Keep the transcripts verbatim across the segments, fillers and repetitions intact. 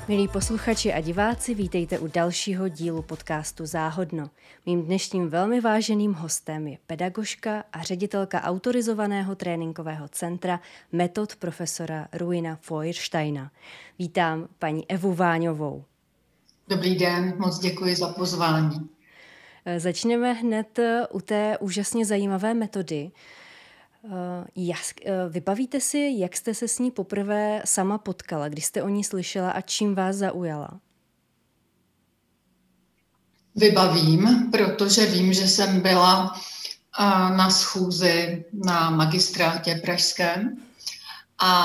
Milí posluchači a diváci, vítejte u dalšího dílu podcastu Záhodno. Mým dnešním velmi váženým hostem je pedagožka a ředitelka autorizovaného tréninkového centra Metod profesora Ruina Feuersteina. Vítám paní Evu Váňovou. Dobrý den, moc děkuji za pozvání. Začneme hned u té úžasně zajímavé metody. Vybavíte si, jak jste se s ní poprvé sama potkala, když jste o ní slyšela a čím vás zaujala? Vybavím, protože vím, že jsem byla na schůzi na magistrátě pražském a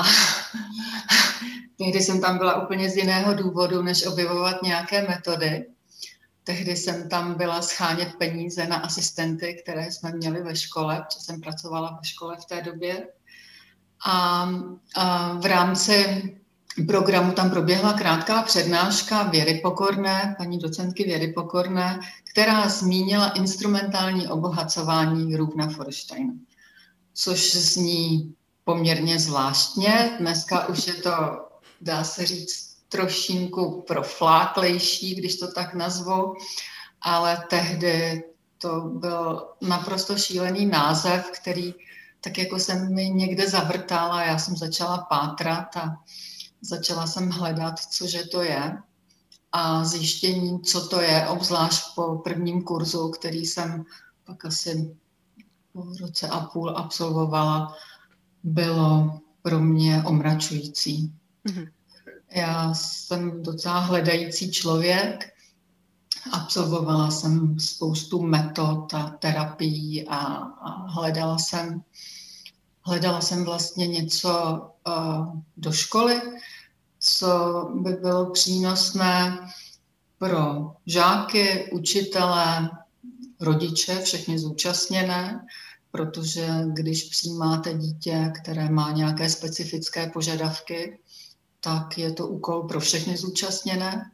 tehdy jsem tam byla úplně z jiného důvodu, než objevovat nějaké metody. Tehdy jsem tam byla shánět peníze na asistenty, které jsme měli ve škole, protože jsem pracovala ve škole v té době. A, a v rámci programu tam proběhla krátká přednáška Věry Pokorné, paní docentky Věry Pokorné, která zmínila instrumentální obohacování Ruina Feuersteina, což zní poměrně zvláštně. Dneska už je to, dá se říct, trošinku profláklejší, když to tak nazvu, ale tehdy to byl naprosto šílený název, který tak jako jsem mi někde zavrtala, já jsem začala pátrat a začala jsem hledat, cože to je. A zjištění, co to je, obzvlášť po prvním kurzu, který jsem pak asi po roce a půl absolvovala, bylo pro mě omračující. Mm-hmm. Já jsem docela hledající člověk, absolvovala jsem spoustu metod a terapií a, a hledala jsem, hledala jsem vlastně něco uh, do školy, co by bylo přínosné pro žáky, učitele, rodiče, všechny zúčastněné, protože když přijímáte dítě, které má nějaké specifické požadavky, tak je to úkol pro všechny zúčastněné.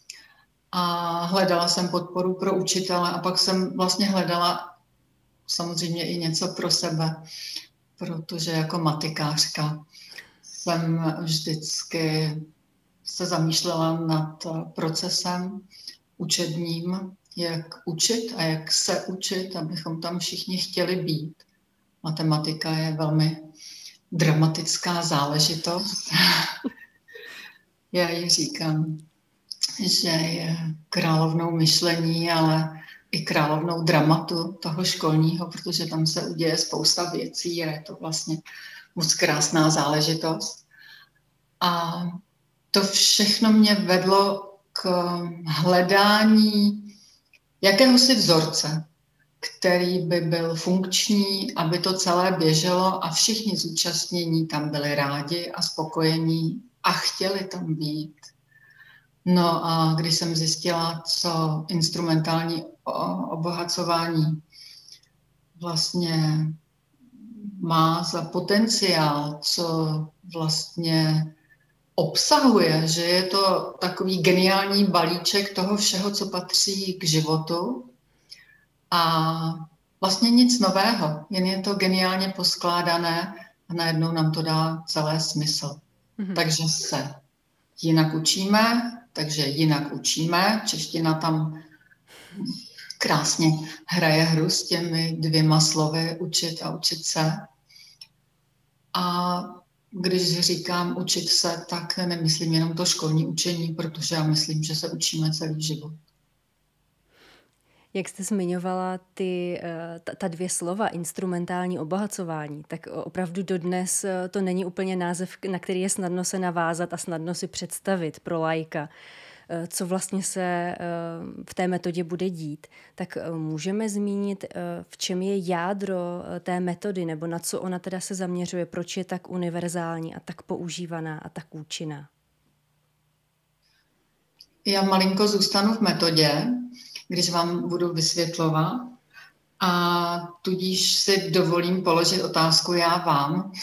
A hledala jsem podporu pro učitele a pak jsem vlastně hledala samozřejmě i něco pro sebe, protože jako matikářka jsem vždycky se zamýšlela nad procesem učebním, jak učit a jak se učit, abychom tam všichni chtěli být. Matematika je velmi dramatická záležitost. Já ji říkám, že je královnou myšlení, ale i královnou dramatu toho školního, protože tam se uděje spousta věcí a je to vlastně moc krásná záležitost. A to všechno mě vedlo k hledání jakéhosi vzorce, který by byl funkční, aby to celé běželo a všichni zúčastnění tam byli rádi a spokojení a chtěli tam být. No a když jsem zjistila, co instrumentální obohacování vlastně má za potenciál, co vlastně obsahuje, že je to takový geniální balíček toho všeho, co patří k životu a vlastně nic nového, jen je to geniálně poskládané a najednou nám to dá celé smysl. Mm-hmm. Takže se jinak učíme, takže jinak učíme. Čeština tam krásně hraje hru s těmi dvěma slovy učit a učit se. A když říkám učit se, tak nemyslím jenom to školní učení, protože já myslím, že se učíme celý život. Jak jste zmiňovala ty, ta, ta dvě slova, instrumentální obohacování, tak opravdu dodnes to není úplně název, na který je snadno se navázat a snadno si představit pro laika, co vlastně se v té metodě bude dít. Tak můžeme zmínit, v čem je jádro té metody, nebo na co ona teda se zaměřuje, proč je tak univerzální a tak používaná a tak účinná? Já malinko zůstanu v metodě, když vám budu vysvětlovat, a tudíž si dovolím položit otázku já vám.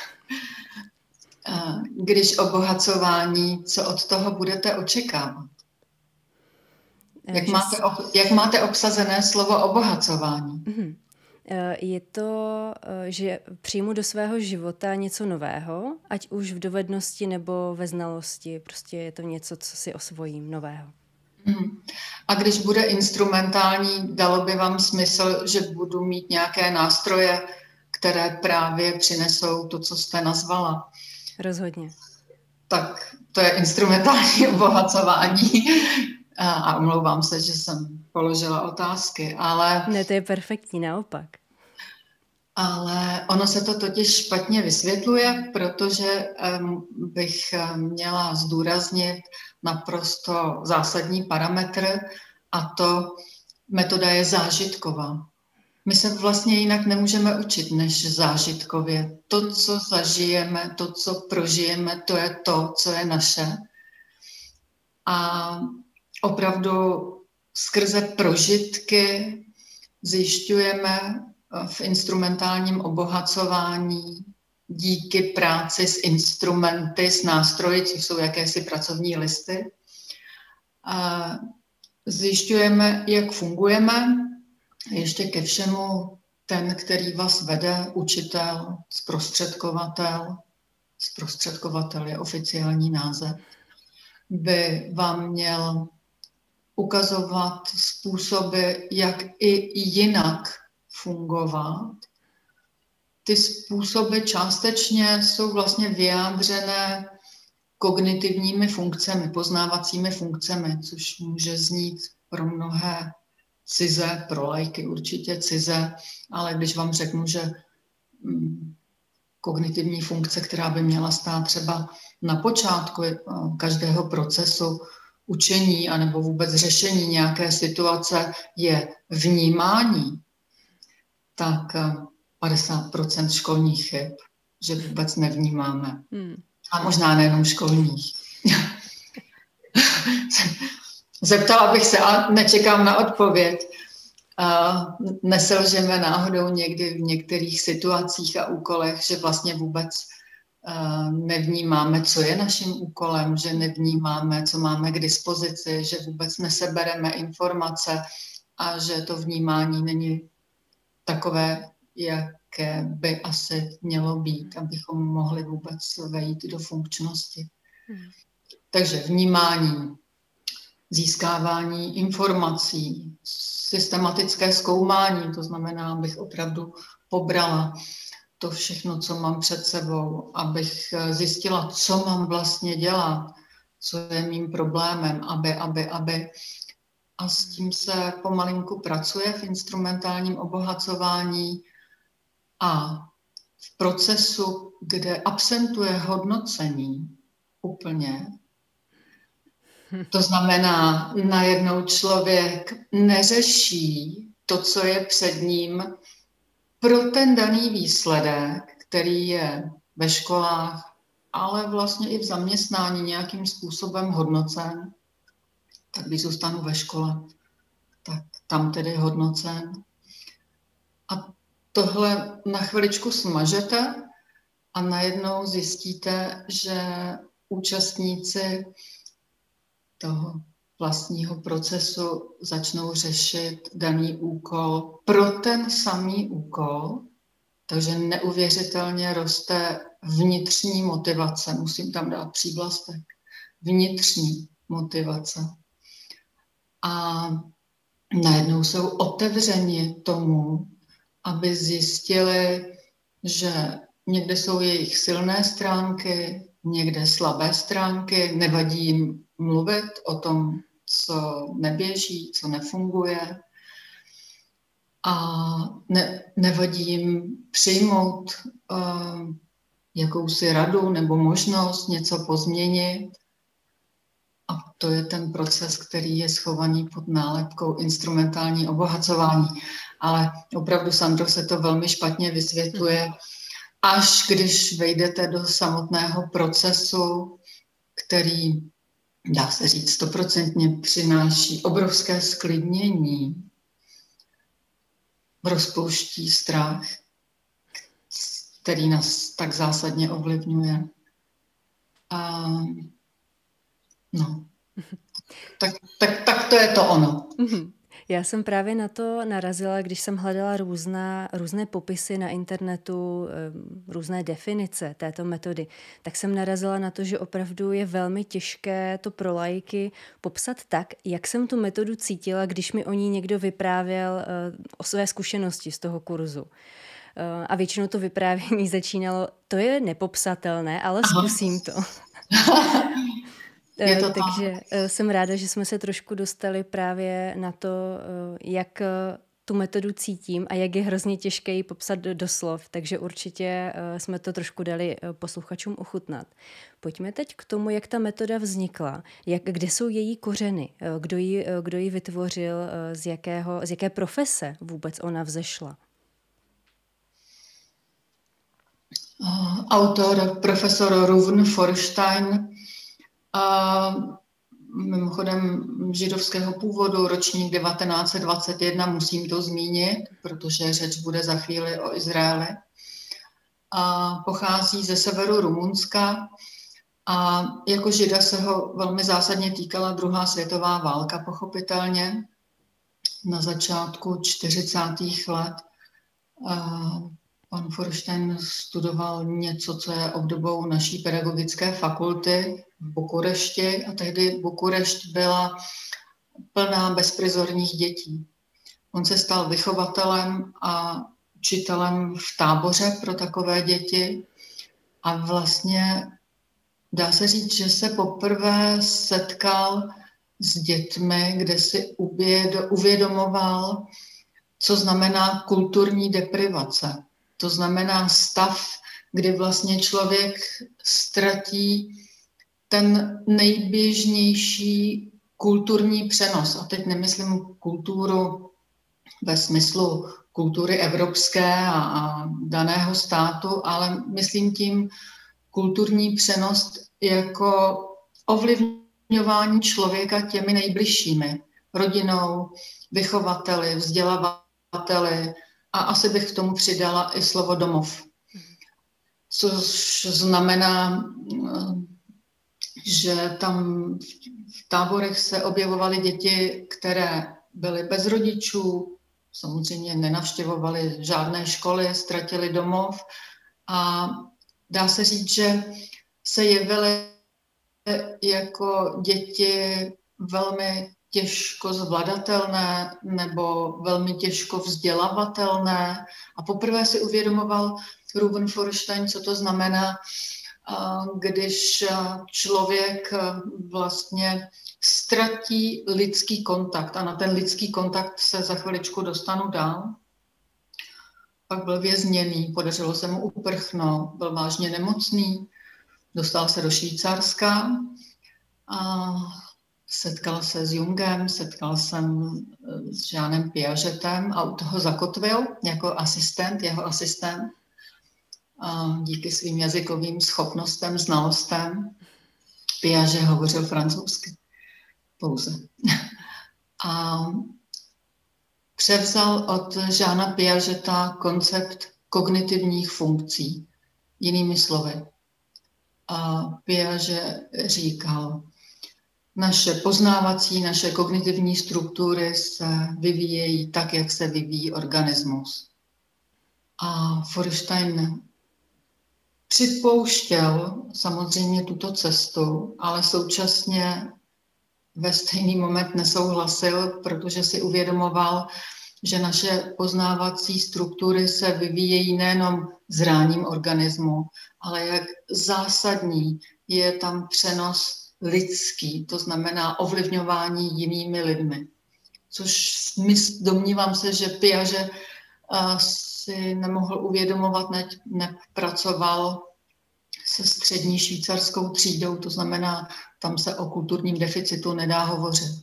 Když obohacování, co od toho budete očekávat? Jak máte, jak máte obsazené slovo obohacování? Je to, že přijmu do svého života něco nového, ať už v dovednosti nebo ve znalosti. Prostě je to něco, co si osvojím nového. Hmm. A když bude instrumentální, dalo by vám smysl, že budu mít nějaké nástroje, které právě přinesou to, co jste nazvala? Rozhodně. Tak to je instrumentální obohacování. A, a omlouvám se, že jsem položila otázky, ale... Ne, to je perfektní, naopak. Ale ono se to totiž špatně vysvětluje, protože um, bych měla zdůraznit naprosto zásadní parametr, a to metoda je zážitková. My se vlastně jinak nemůžeme učit než zážitkově. To, co zažijeme, to, co prožijeme, to je to, co je naše. A opravdu skrze prožitky zjišťujeme v instrumentálním obohacování díky práci s instrumenty, s nástroji, což jsou jakési pracovní listy. A zjišťujeme, jak fungujeme. Ještě ke všemu ten, který vás vede, učitel, zprostředkovatel, zprostředkovatel je oficiální název, by vám měl ukazovat způsoby, jak i jinak fungovat. Ty způsoby částečně jsou vlastně vyjádřené kognitivními funkcemi, poznávacími funkcemi, což může znít pro mnohé cize, pro laiky určitě cize, ale když vám řeknu, že kognitivní funkce, která by měla stát třeba na počátku každého procesu učení anebo vůbec řešení nějaké situace, je vnímání, tak padesát procent školních chyb, že vůbec nevnímáme. Hmm. A možná nejenom školních. Zeptala bych se, a nečekám na odpověď. A neselžeme náhodou někdy v některých situacích a úkolech, že vlastně vůbec nevnímáme, co je naším úkolem, že nevnímáme, co máme k dispozici, že vůbec nesebereme informace a že to vnímání není takové, jaké by asi mělo být, abychom mohli vůbec vejít do funkčnosti. Hmm. Takže vnímání, získávání informací, systematické zkoumání, to znamená, abych opravdu pobrala to všechno, co mám před sebou, abych zjistila, co mám vlastně dělat, co je mým problémem, aby, aby, aby. A s tím se pomalinku pracuje v instrumentálním obohacování a v procesu, kde absentuje hodnocení úplně. To znamená, najednou člověk neřeší to, co je před ním pro ten daný výsledek, který je ve školách, ale vlastně i v zaměstnání nějakým způsobem hodnocen. Tak když zůstanu ve škole, tak tam tedy hodnocen. A tohle na chviličku smažete a najednou zjistíte, že účastníci toho vlastního procesu začnou řešit daný úkol pro ten samý úkol, takže neuvěřitelně roste vnitřní motivace. Musím tam dát přívlastek. Vnitřní motivace. A najednou jsou otevřeni tomu, aby zjistili, že někde jsou jejich silné stránky, někde slabé stránky, nevadí jim mluvit o tom, co neběží, co nefunguje. A ne, nevadí jim přijmout uh, jakousi radu nebo možnost něco pozměnit. A to je ten proces, který je schovaný pod nálepkou instrumentální obohacování. Ale opravdu, Sandro, se to velmi špatně vysvětluje, až když vejdete do samotného procesu, který, dá se říct, stoprocentně přináší obrovské sklidnění, rozpouští strach, který nás tak zásadně ovlivňuje. A no, tak, tak, tak to je to ono. Já jsem právě na to narazila, když jsem hledala různá, různé popisy na internetu, různé definice této metody, tak jsem narazila na to, že opravdu je velmi těžké to pro laiky popsat tak, jak jsem tu metodu cítila, když mi o ní někdo vyprávěl o své zkušenosti z toho kurzu. A většinou to vyprávění začínalo, to je nepopsatelné, ale Aha. zkusím to. Je to Takže tak. jsem ráda, že jsme se trošku dostali právě na to, jak tu metodu cítím a jak je hrozně těžké ji popsat do, do slov. Takže určitě jsme to trošku dali posluchačům ochutnat. Pojďme teď k tomu, jak ta metoda vznikla. Jak, kde jsou její kořeny? Kdo ji, kdo ji vytvořil? Z, jakého, z jaké profese vůbec ona vzešla? Autor, profesor Rouven Forstein, a mimochodem židovského původu, ročník devatenáct set dvacet jedna, musím to zmínit, protože řeč bude za chvíli o Izraeli. A pochází ze severu Rumunska a jako žida se ho velmi zásadně týkala druhá světová válka, pochopitelně, na začátku čtyřicátých let. Pan Forstein studoval něco, co je obdobou naší pedagogické fakulty v Bukurešti a tehdy Bukurešť byla plná bezprizorních dětí. On se stal vychovatelem a učitelem v táboře pro takové děti a vlastně dá se říct, že se poprvé setkal s dětmi, kde si uvědomoval, co znamená kulturní deprivace. To znamená stav, kdy vlastně člověk ztratí ten nejběžnější kulturní přenos. A teď nemyslím kulturu ve smyslu kultury evropské a, a daného státu, ale myslím tím kulturní přenos jako ovlivňování člověka těmi nejbližšími, rodinou, vychovateli, vzdělavateli, a asi bych k tomu přidala i slovo domov. Což znamená, že tam v táborech se objevovaly děti, které byly bez rodičů, samozřejmě nenavštěvovaly žádné školy, ztratili domov a dá se říct, že se jevily jako děti velmi těžko zvladatelné nebo velmi těžko vzdělavatelné. A poprvé si uvědomoval Rouven Forstein, co to znamená, když člověk vlastně ztratí lidský kontakt. A na ten lidský kontakt se za chviličku dostanu dál. Pak byl vězněný, podařilo se mu uprchnout, byl vážně nemocný, dostal se do Švýcarska a setkal se s Jungem, setkal jsem s Jeanem Piagetem a u toho zakotvil jako asistent, jeho asistent. A díky svým jazykovým schopnostem, znalostem. Piaget hovořil francouzsky pouze. A převzal od Jeana Piageta koncept kognitivních funkcí. Jinými slovy. A Piaget říkal, naše poznávací, naše kognitivní struktury se vyvíjejí tak, jak se vyvíjí organismus. A Forstein připouštěl samozřejmě tuto cestu, ale současně ve stejný moment nesouhlasil, protože si uvědomoval, že naše poznávací struktury se vyvíjejí nejenom zráním organismu, ale jak zásadní je tam přenos lidský, to znamená ovlivňování jinými lidmi. Což domnívám se, že Piaget si nemohl uvědomovat, než nepracoval se střední švýcarskou třídou, to znamená, tam se o kulturním deficitu nedá hovořit.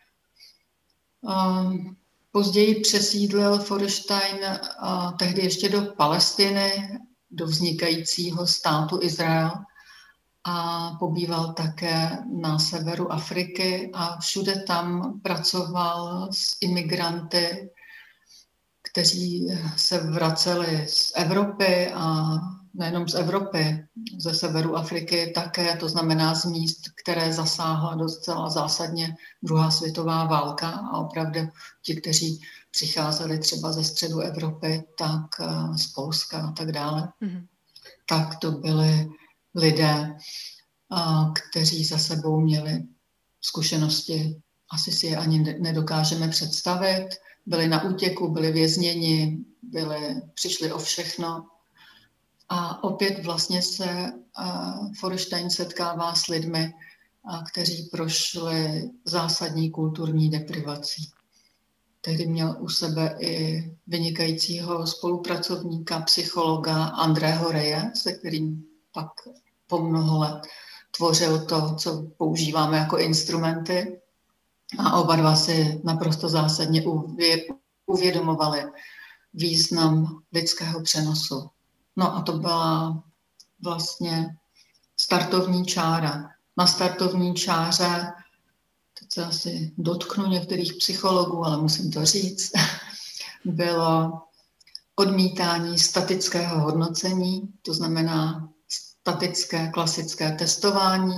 Později přesídlil Forstein tehdy ještě do Palestiny, do vznikajícího státu Izrael a pobýval také na severu Afriky a všude tam pracoval s imigranty, kteří se vraceli z Evropy a nejenom z Evropy, ze severu Afriky také, to znamená z míst, které zasáhla docela zásadně druhá světová válka a opravdu ti, kteří přicházeli třeba ze středu Evropy, tak z Polska a tak dále, mm-hmm. tak to byli lidé, kteří za sebou měli zkušenosti, asi si je ani nedokážeme představit, byli na útěku, byli vězněni, byli, přišli o všechno. A opět vlastně se uh, Feuerstein setkává s lidmi, uh, kteří prošli zásadní kulturní deprivací. Tehdy měl u sebe i vynikajícího spolupracovníka, psychologa Andrého Reje, se kterým pak po mnoho let tvořil to, co používáme jako instrumenty. A oba dva si naprosto zásadně uvědomovali význam lidského přenosu. No a to byla vlastně startovní čára. Na startovní čáře, teď se asi dotknu některých psychologů, ale musím to říct, bylo odmítání statického hodnocení, to znamená statické klasické testování.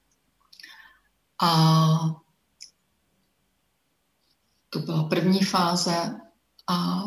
A to byla první fáze a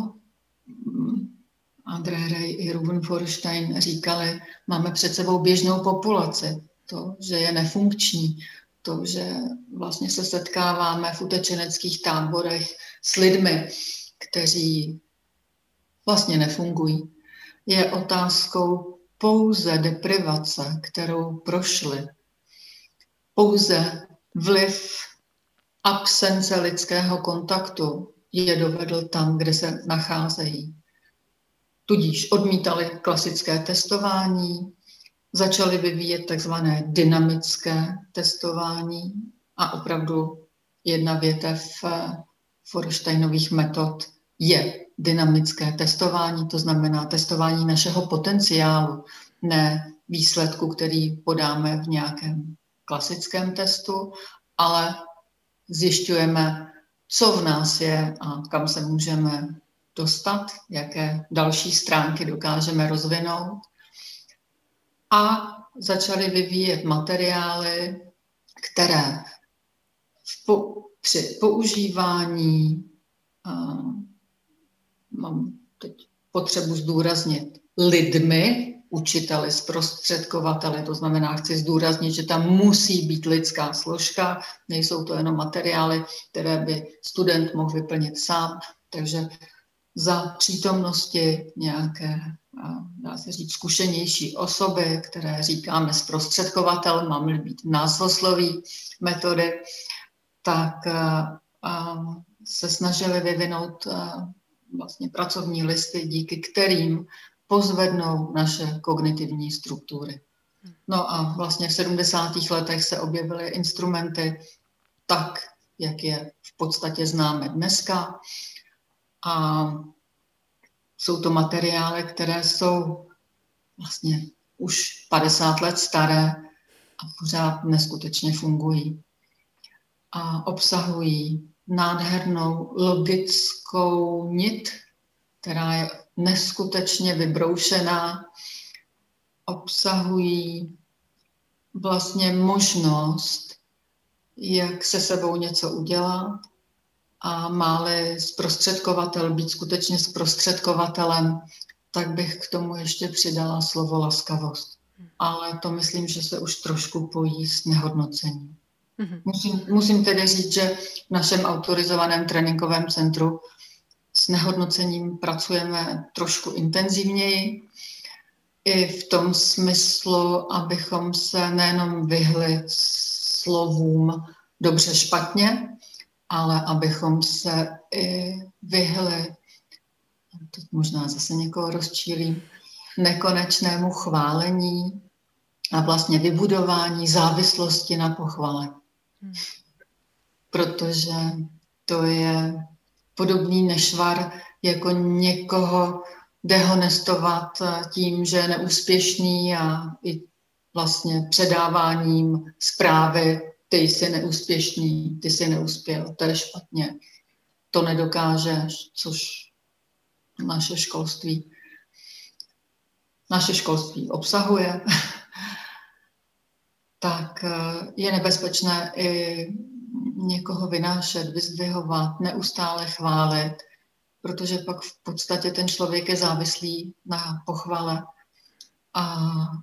André Rey i Ruben Feuerstein říkali, máme před sebou běžnou populaci, to, že je nefunkční, to, že vlastně se setkáváme v utečeneckých táborech s lidmi, kteří vlastně nefungují, je otázkou pouze deprivace, kterou prošli. Pouze vliv absence lidského kontaktu je dovedl tam, kde se nacházejí. Tudíž odmítali klasické testování, začali vyvíjet takzvané dynamické testování a opravdu jedna větev Feuersteinových metod je dynamické testování, to znamená testování našeho potenciálu, ne výsledku, který podáme v nějakém klasickém testu, ale zjišťujeme, co v nás je a kam se můžeme dostat, jaké další stránky dokážeme rozvinout. A začali vyvíjet materiály, které v po, při používání, a, mám teď potřebu zdůraznit, lidmi, učiteli, zprostředkovateli, to znamená, chci zdůraznit, že tam musí být lidská složka, nejsou to jenom materiály, které by student mohl vyplnit sám, takže za přítomnosti nějaké, dá se říct, zkušenější osoby, které říkáme zprostředkovatel, mám-li být názvosloví metody, tak se snažili vyvinout vlastně pracovní listy, díky kterým pozvednou naše kognitivní struktury. No a vlastně v sedmdesátých letech se objevily instrumenty tak, jak je v podstatě známe dneska. A jsou to materiály, které jsou vlastně už padesát let staré a pořád neskutečně fungují. A obsahují nádhernou logickou nit, která je neskutečně vybroušená, obsahují vlastně možnost, jak se sebou něco udělat a má-li zprostředkovatel být skutečně zprostředkovatelem, tak bych k tomu ještě přidala slovo laskavost. Ale to myslím, že se už trošku pojí s nehodnocením. Mm-hmm. Musím, musím tedy říct, že v našem autorizovaném tréninkovém centru s nehodnocením pracujeme trošku intenzivněji, i v tom smyslu, abychom se nejenom vyhli slovům dobře špatně, ale abychom se i vyhli, teď možná zase někoho rozčílím, nekonečnému chválení a vlastně vybudování závislosti na pochvale. Hmm. Protože to je podobný nešvar, jako někoho dehonestovat tím, že je neúspěšný a i vlastně předáváním zprávy, ty jsi neúspěšný, ty jsi neuspěl, to je špatně, to nedokážeš, což naše školství, naše školství obsahuje, tak je nebezpečné i někoho vynášet, vyzdvihovat, neustále chválit, protože pak v podstatě ten člověk je závislý na pochvale a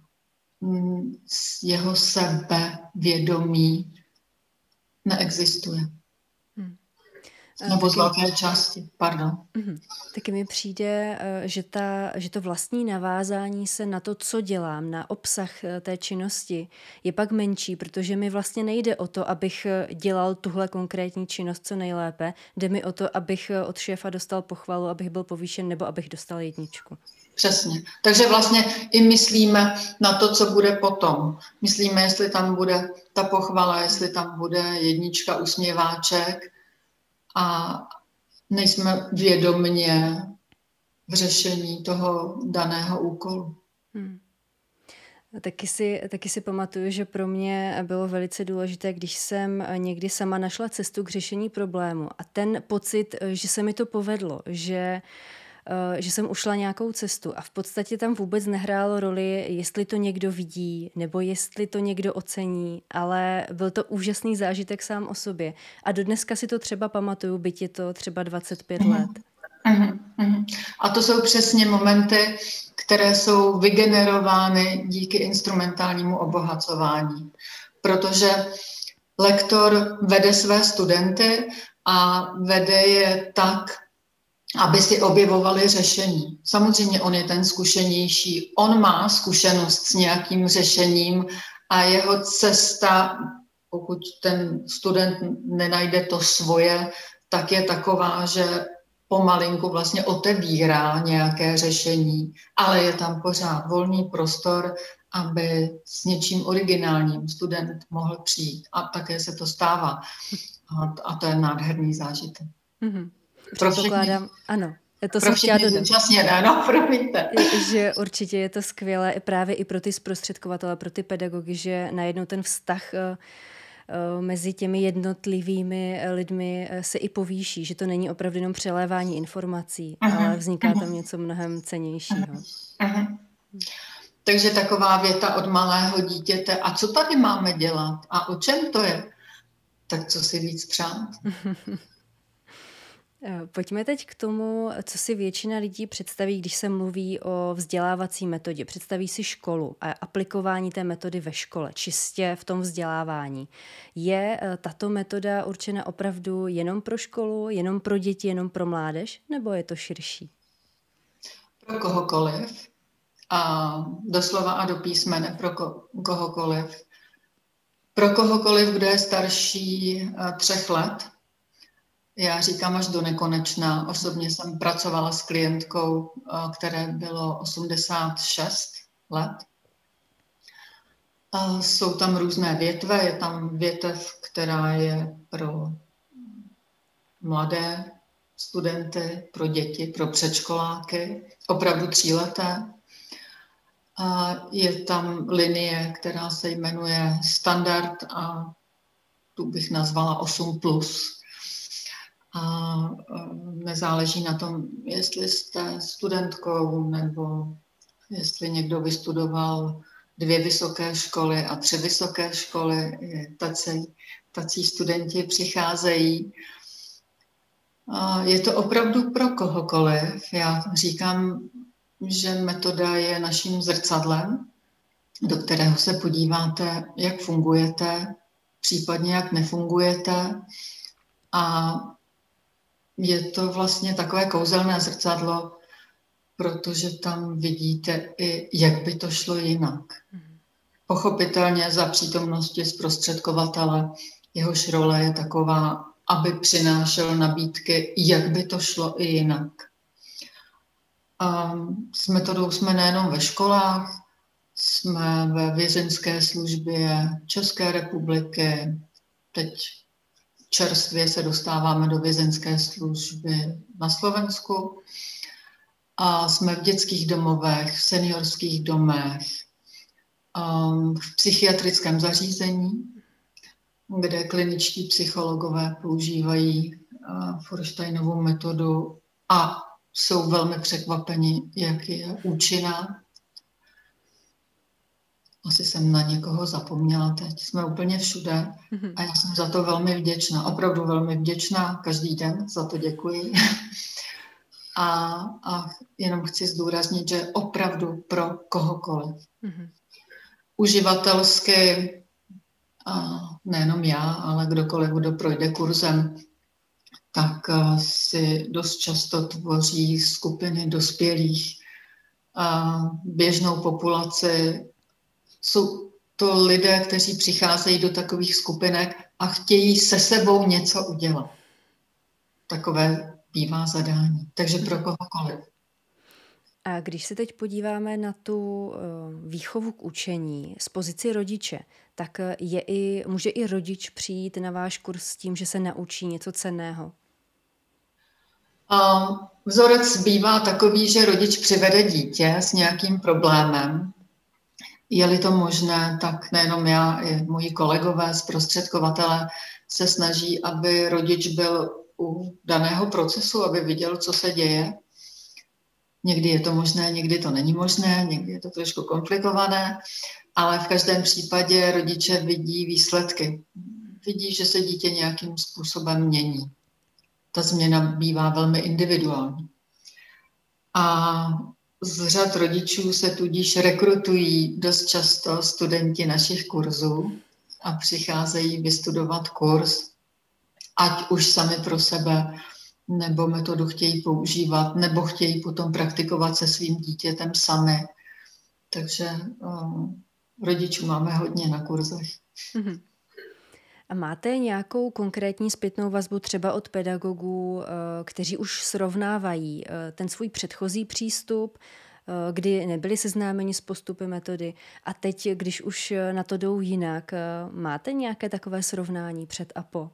jeho sebevědomí neexistuje. Hmm. Nebo z velké části, pardon. Mm-hmm. Taky mi přijde, že, ta, že to vlastní navázání se na to, co dělám, na obsah té činnosti, je pak menší, protože mi vlastně nejde o to, abych dělal tuhle konkrétní činnost co nejlépe, jde mi o to, abych od šéfa dostal pochvalu, abych byl povýšen nebo abych dostal jedničku. Přesně. Takže vlastně i myslíme na to, co bude potom. Myslíme, jestli tam bude ta pochvala, jestli tam bude jednička, usměváček a nejsme vědomně v řešení toho daného úkolu. Hmm. Taky si, taky si pamatuju, že pro mě bylo velice důležité, když jsem někdy sama našla cestu k řešení problému a ten pocit, že se mi to povedlo, že že jsem ušla nějakou cestu a v podstatě tam vůbec nehrálo roli, jestli to někdo vidí nebo jestli to někdo ocení, ale byl to úžasný zážitek sám o sobě. A dodneska si to třeba pamatuju, byť je to třeba dvacet pět mm. let. Mm, mm. A to jsou přesně momenty, které jsou vygenerovány díky instrumentálnímu obohacování. Protože lektor vede své studenty a vede je tak, aby si objevovali řešení. Samozřejmě on je ten zkušenější, on má zkušenost s nějakým řešením a jeho cesta, pokud ten student nenajde to svoje, tak je taková, že pomalinku vlastně otevírá nějaké řešení, ale je tam pořád volný prostor, aby s něčím originálním student mohl přijít. A také se to stává. A to je nádherný zážitek. Mm-hmm. Předpokládám, ano. To pro všechny zúčastněné, no, promiňte. Že určitě je to skvělé právě i pro ty zprostředkovatele, pro ty pedagogy, že najednou ten vztah mezi těmi jednotlivými lidmi se i povýší, že to není opravdu jenom přelévání informací, aha, ale vzniká aha. tam něco mnohem cennějšího. Aha. Takže taková věta od malého dítěte, a co tady máme dělat? A o čem to je? Tak co si víc přát? Pojďme teď k tomu, co si většina lidí představí, když se mluví o vzdělávací metodě. Představí si školu a aplikování té metody ve škole, čistě v tom vzdělávání. Je tato metoda určena opravdu jenom pro školu, jenom pro děti, jenom pro mládež, nebo je to širší? Pro kohokoliv. A doslova a do písmene pro ko- kohokoliv. Pro kohokoliv, kdo je starší třech let. Já říkám až do nekonečna. Osobně jsem pracovala s klientkou, které bylo osmdesát šest let. A jsou tam různé větve. Je tam větev, která je pro mladé studenty, pro děti, pro předškoláky, opravdu tříleté. A je tam linie, která se jmenuje standard a tu bych nazvala osm plus. A nezáleží na tom, jestli jste studentkou nebo jestli někdo vystudoval dvě vysoké školy a tři vysoké školy, tací, tací studenti přicházejí. A je to opravdu pro kohokoliv. Já říkám, že metoda je naším zrcadlem, do kterého se podíváte, jak fungujete, případně jak nefungujete. A je to vlastně takové kouzelné zrcadlo, protože tam vidíte i, jak by to šlo jinak. Pochopitelně za přítomnosti zprostředkovatele, jehož role je taková, aby přinášel nabídky, jak by to šlo i jinak. A s metodou jsme nejenom ve školách, jsme ve vězeňské službě České republiky, teď čerstvě se dostáváme do vězeňské služby na Slovensku a jsme v dětských domovech, v seniorských domech, v psychiatrickém zařízení, kde kliničtí psychologové používají Feuersteinovu metodu a jsou velmi překvapeni, jak je účinná. Asi jsem na někoho zapomněla teď. Jsme úplně všude a já jsem za to velmi vděčná. Opravdu velmi vděčná. Každý den za to děkuji. A, a jenom chci zdůraznit, že opravdu pro kohokoliv. Mm-hmm. Uživatelsky, a nejenom já, ale kdokoliv, kdo projde kurzem, tak si dost často tvoří skupiny dospělých, a běžnou populaci. Jsou to lidé, kteří přicházejí do takových skupinek a chtějí se sebou něco udělat. Takové bývá zadání. Takže pro kohokoliv. A když se teď podíváme na tu výchovu k učení z pozici rodiče, tak je i, může i rodič přijít na váš kurz s tím, že se naučí něco cenného? A vzorec bývá takový, že rodič přivede dítě s nějakým problémem. Je-li to možné, tak nejenom já, i moji kolegové, zprostředkovatelé se snaží, aby rodič byl u daného procesu, aby viděl, co se děje. Někdy je to možné, někdy to není možné, někdy je to trošku komplikované, ale v každém případě rodiče vidí výsledky. Vidí, že se dítě nějakým způsobem mění. Ta změna bývá velmi individuální. A z řad rodičů se tudíž rekrutují dost často studenti našich kurzů a přicházejí vystudovat kurz, ať už sami pro sebe, nebo metodu chtějí používat, nebo chtějí potom praktikovat se svým dítětem sami. Takže um, rodičů máme hodně na kurzech. Mm-hmm. A máte nějakou konkrétní zpětnou vazbu třeba od pedagogů, kteří už srovnávají ten svůj předchozí přístup, kdy nebyli seznámeni s postupy metody a teď, když už na to jdou jinak, máte nějaké takové srovnání před a po?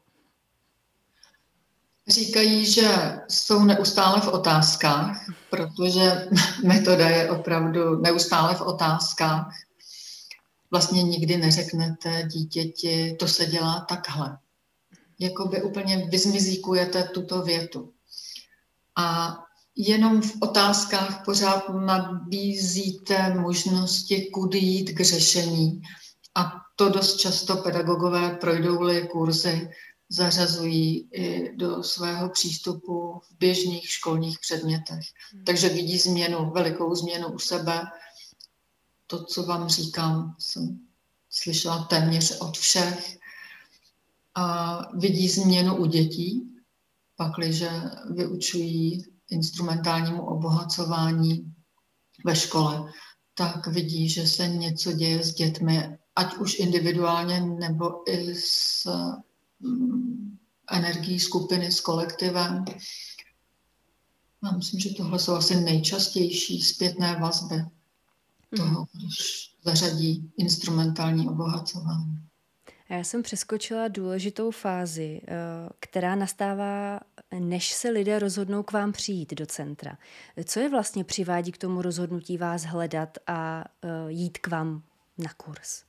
Říkají, že jsou neustále v otázkách, protože metoda je opravdu neustále v otázkách. Vlastně nikdy neřeknete dítěti, to se dělá takhle. Jakoby úplně vyzmizíkujete tuto větu. A jenom v otázkách pořád nabízíte možnosti, kudy jít k řešení. A to dost často pedagogové projdou-li kurzy, zařazují i do svého přístupu v běžných školních předmětech. Takže vidí změnu, velikou změnu u sebe. To, co vám říkám, jsem slyšela téměř od všech. A vidí změnu u dětí, pakliže vyučují instrumentálnímu obohacování ve škole, tak vidí, že se něco děje s dětmi, ať už individuálně, nebo i s mm, energií skupiny, s kolektivem. Já myslím, že tohle jsou asi nejčastější zpětné vazby toho, když zařadí instrumentální obohacování. Já jsem přeskočila důležitou fázi, která nastává, než se lidé rozhodnou k vám přijít do centra. Co je vlastně přivádí k tomu rozhodnutí vás hledat a jít k vám na kurz?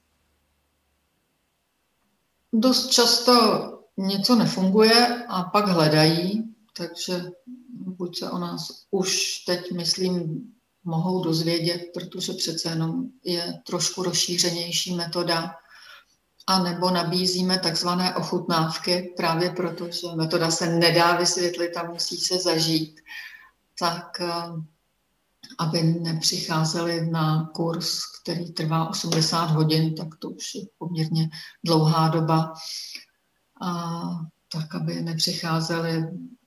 Dost často něco nefunguje a pak hledají, takže buď se o nás už teď, myslím, mohou dozvědět, protože přece jenom je trošku rozšířenější metoda, a nebo nabízíme takzvané ochutnávky, právě proto, že metoda se nedá vysvětlit a musí se zažít, tak aby nepřicházeli na kurz, který trvá osmdesát hodin, tak to už je poměrně dlouhá doba, a tak aby nepřicházeli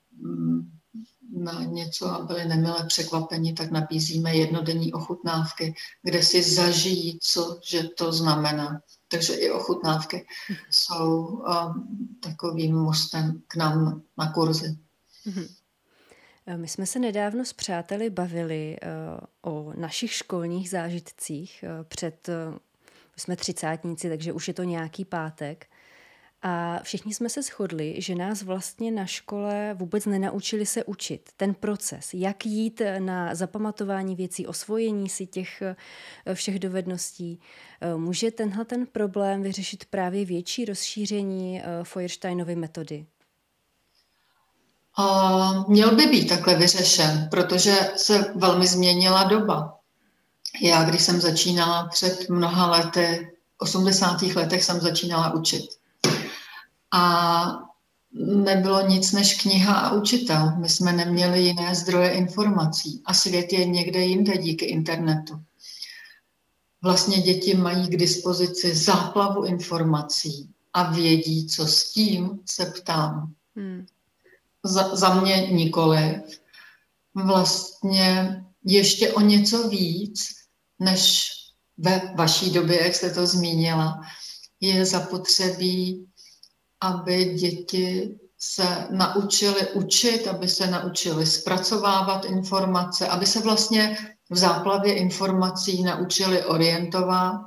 na něco a byli nemile překvapeni, tak nabízíme jednodenní ochutnávky, kde si zažijí, co že to znamená. Takže i ochutnávky jsou um, takovým mostem k nám na kurzy. Mm-hmm. My jsme se nedávno s přáteli bavili uh, o našich školních zážitcích. Uh, před, uh, jsme třicátníci, takže už je to nějaký pátek. A všichni jsme se shodli, že nás vlastně na škole vůbec nenaučili se učit. Ten proces, jak jít na zapamatování věcí, osvojení si těch všech dovedností. Může tenhle ten problém vyřešit právě větší rozšíření Feuersteinovy metody? A měl by být takhle vyřešen, protože se velmi změnila doba. Já, když jsem začínala před mnoha lety, v osmdesátých letech jsem začínala učit. A nebylo nic než kniha a učitel. My jsme neměli jiné zdroje informací. A svět je někde jinde díky internetu. Vlastně děti mají k dispozici záplavu informací a vědí, co s tím, se ptám. Hmm. Za, za mě nikoliv. Vlastně ještě o něco víc, než ve vaší době, jak jste to zmínila, je zapotřebí, aby děti se naučily učit, aby se naučily zpracovávat informace, aby se vlastně v záplavě informací naučili orientovat.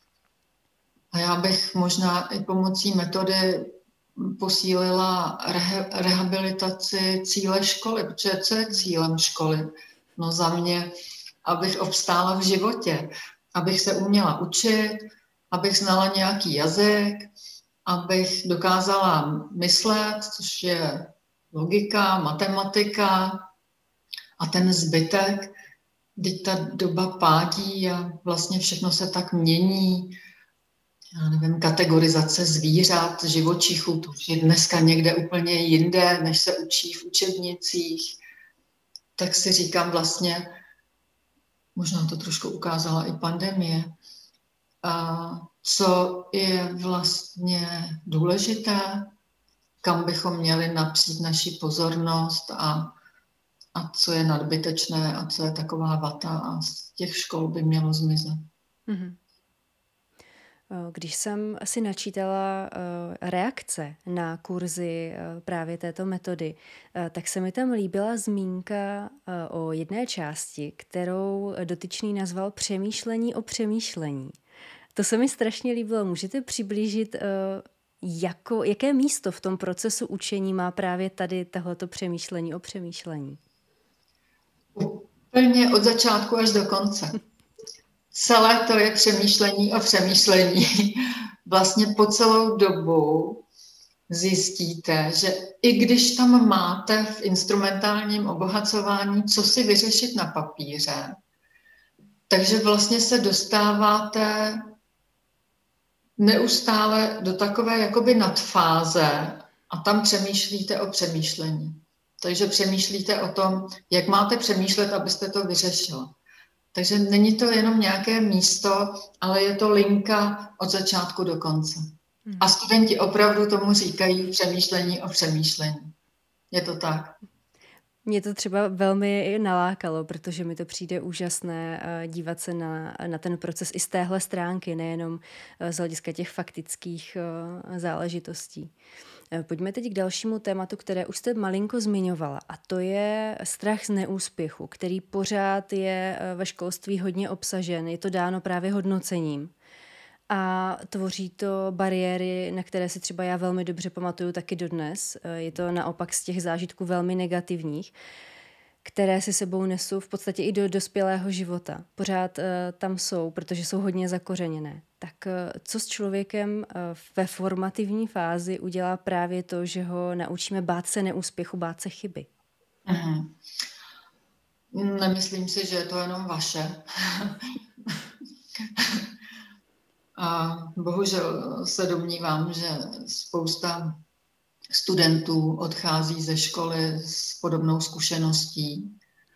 A já bych možná i pomocí metody posílila reha- rehabilitaci cíle školy, protože co je cílem školy? No za mě, abych obstála v životě, abych se uměla učit, abych znala nějaký jazyk, abych dokázala myslet, což je logika, matematika a ten zbytek. Teď ta doba pádí a vlastně všechno se tak mění. Já nevím, kategorizace zvířat, živočichů, to je dneska někde úplně jinde, než se učí v učebnicích. Tak si říkám vlastně, možná to trošku ukázala i pandemie, a co je vlastně důležité, kam bychom měli napřít naši pozornost a, a co je nadbytečné a co je taková vata a z těch škol by mělo zmizet. Mm-hmm. Když jsem si načítala reakce na kurzy právě této metody, tak se mi tam líbila zmínka o jedné části, kterou dotyčný nazval přemýšlení o přemýšlení. To se mi strašně líbilo. Můžete přiblížit, jako, jaké místo v tom procesu učení má právě tady tohleto přemýšlení o přemýšlení? Úplně od začátku až do konce. Celé to je přemýšlení o přemýšlení. Vlastně po celou dobu zjistíte, že i když tam máte v instrumentálním obohacování co si vyřešit na papíře, takže vlastně se dostáváte neustále do takové jakoby nadfáze a tam přemýšlíte o přemýšlení. Takže přemýšlíte o tom, jak máte přemýšlet, abyste to vyřešila. Takže není to jenom nějaké místo, ale je to linka od začátku do konce. A studenti opravdu tomu říkají přemýšlení o přemýšlení. Je to tak. Mě to třeba velmi nalákalo, protože mi to přijde úžasné dívat se na, na ten proces i z téhle stránky, nejenom z hlediska těch faktických záležitostí. Pojďme teď k dalšímu tématu, které už jste malinko zmiňovala, a to je strach z neúspěchu, který pořád je ve školství hodně obsažen. Je to dáno právě hodnocením. A tvoří to bariéry, na které si třeba já velmi dobře pamatuju taky dodnes. Je to naopak z těch zážitků velmi negativních, které si sebou nesu v podstatě i do dospělého života. Pořád uh, tam jsou, protože jsou hodně zakořeněné. Tak uh, co s člověkem uh, ve formativní fázi udělá právě to, že ho naučíme bát se neúspěchu, bát se chyby? Aha. Nemyslím si, že je to jenom vaše. A bohužel se domnívám, že spousta studentů odchází ze školy s podobnou zkušeností.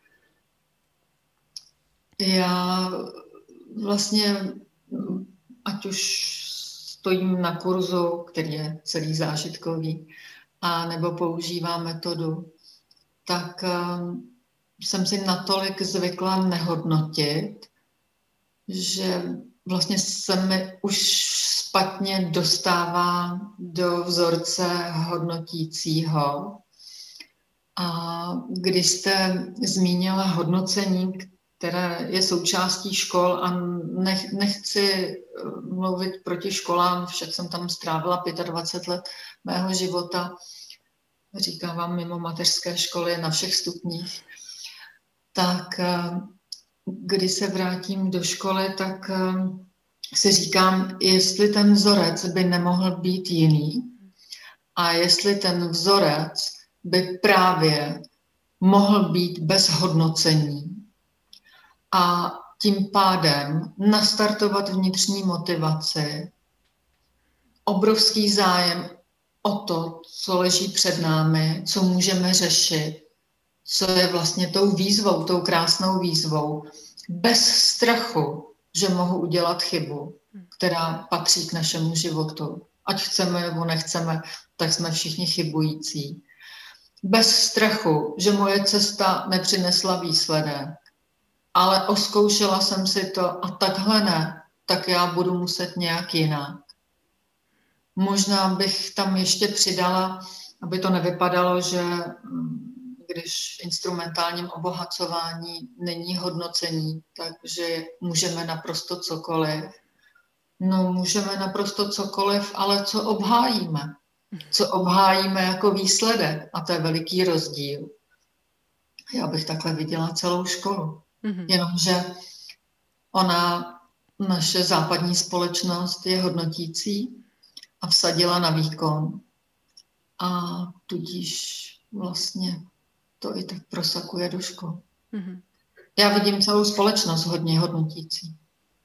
Já vlastně, ať už stojím na kurzu, který je celý zážitkový, a nebo používám metodu, tak jsem si natolik zvykla nehodnotit, že vlastně se mi už špatně dostává do vzorce hodnotícího. A když jste zmínila hodnocení, které je součástí škol, a nech, nechci mluvit proti školám, však jsem tam strávila dvacet pět let mého života, říkám vám, mimo mateřské školy na všech stupních, tak když se vrátím do školy, tak si říkám, jestli ten vzorec by nemohl být jiný a jestli ten vzorec by právě mohl být bez hodnocení a tím pádem nastartovat vnitřní motivaci, obrovský zájem o to, co leží před námi, co můžeme řešit, co je vlastně tou výzvou, tou krásnou výzvou, bez strachu, že mohu udělat chybu, která patří k našemu životu. Ať chceme nebo nechceme, tak jsme všichni chybující. Bez strachu, že moje cesta nepřinesla výsledek, ale oskoušela jsem si to a takhle ne, tak já budu muset nějak jinak. Možná bych tam ještě přidala, aby to nevypadalo, že když v instrumentálním obohacování není hodnocení, takže můžeme naprosto cokoliv. No, můžeme naprosto cokoliv, ale co obhájíme? Co obhájíme jako výsledek? A to je veliký rozdíl. Já bych takhle viděla celou školu. Mm-hmm. Jenomže ona, naše západní společnost je hodnotící a vsadila na výkon. A tudíž vlastně to i tak prosakuje do škol. Mm-hmm. Já vidím celou společnost hodně hodnotící.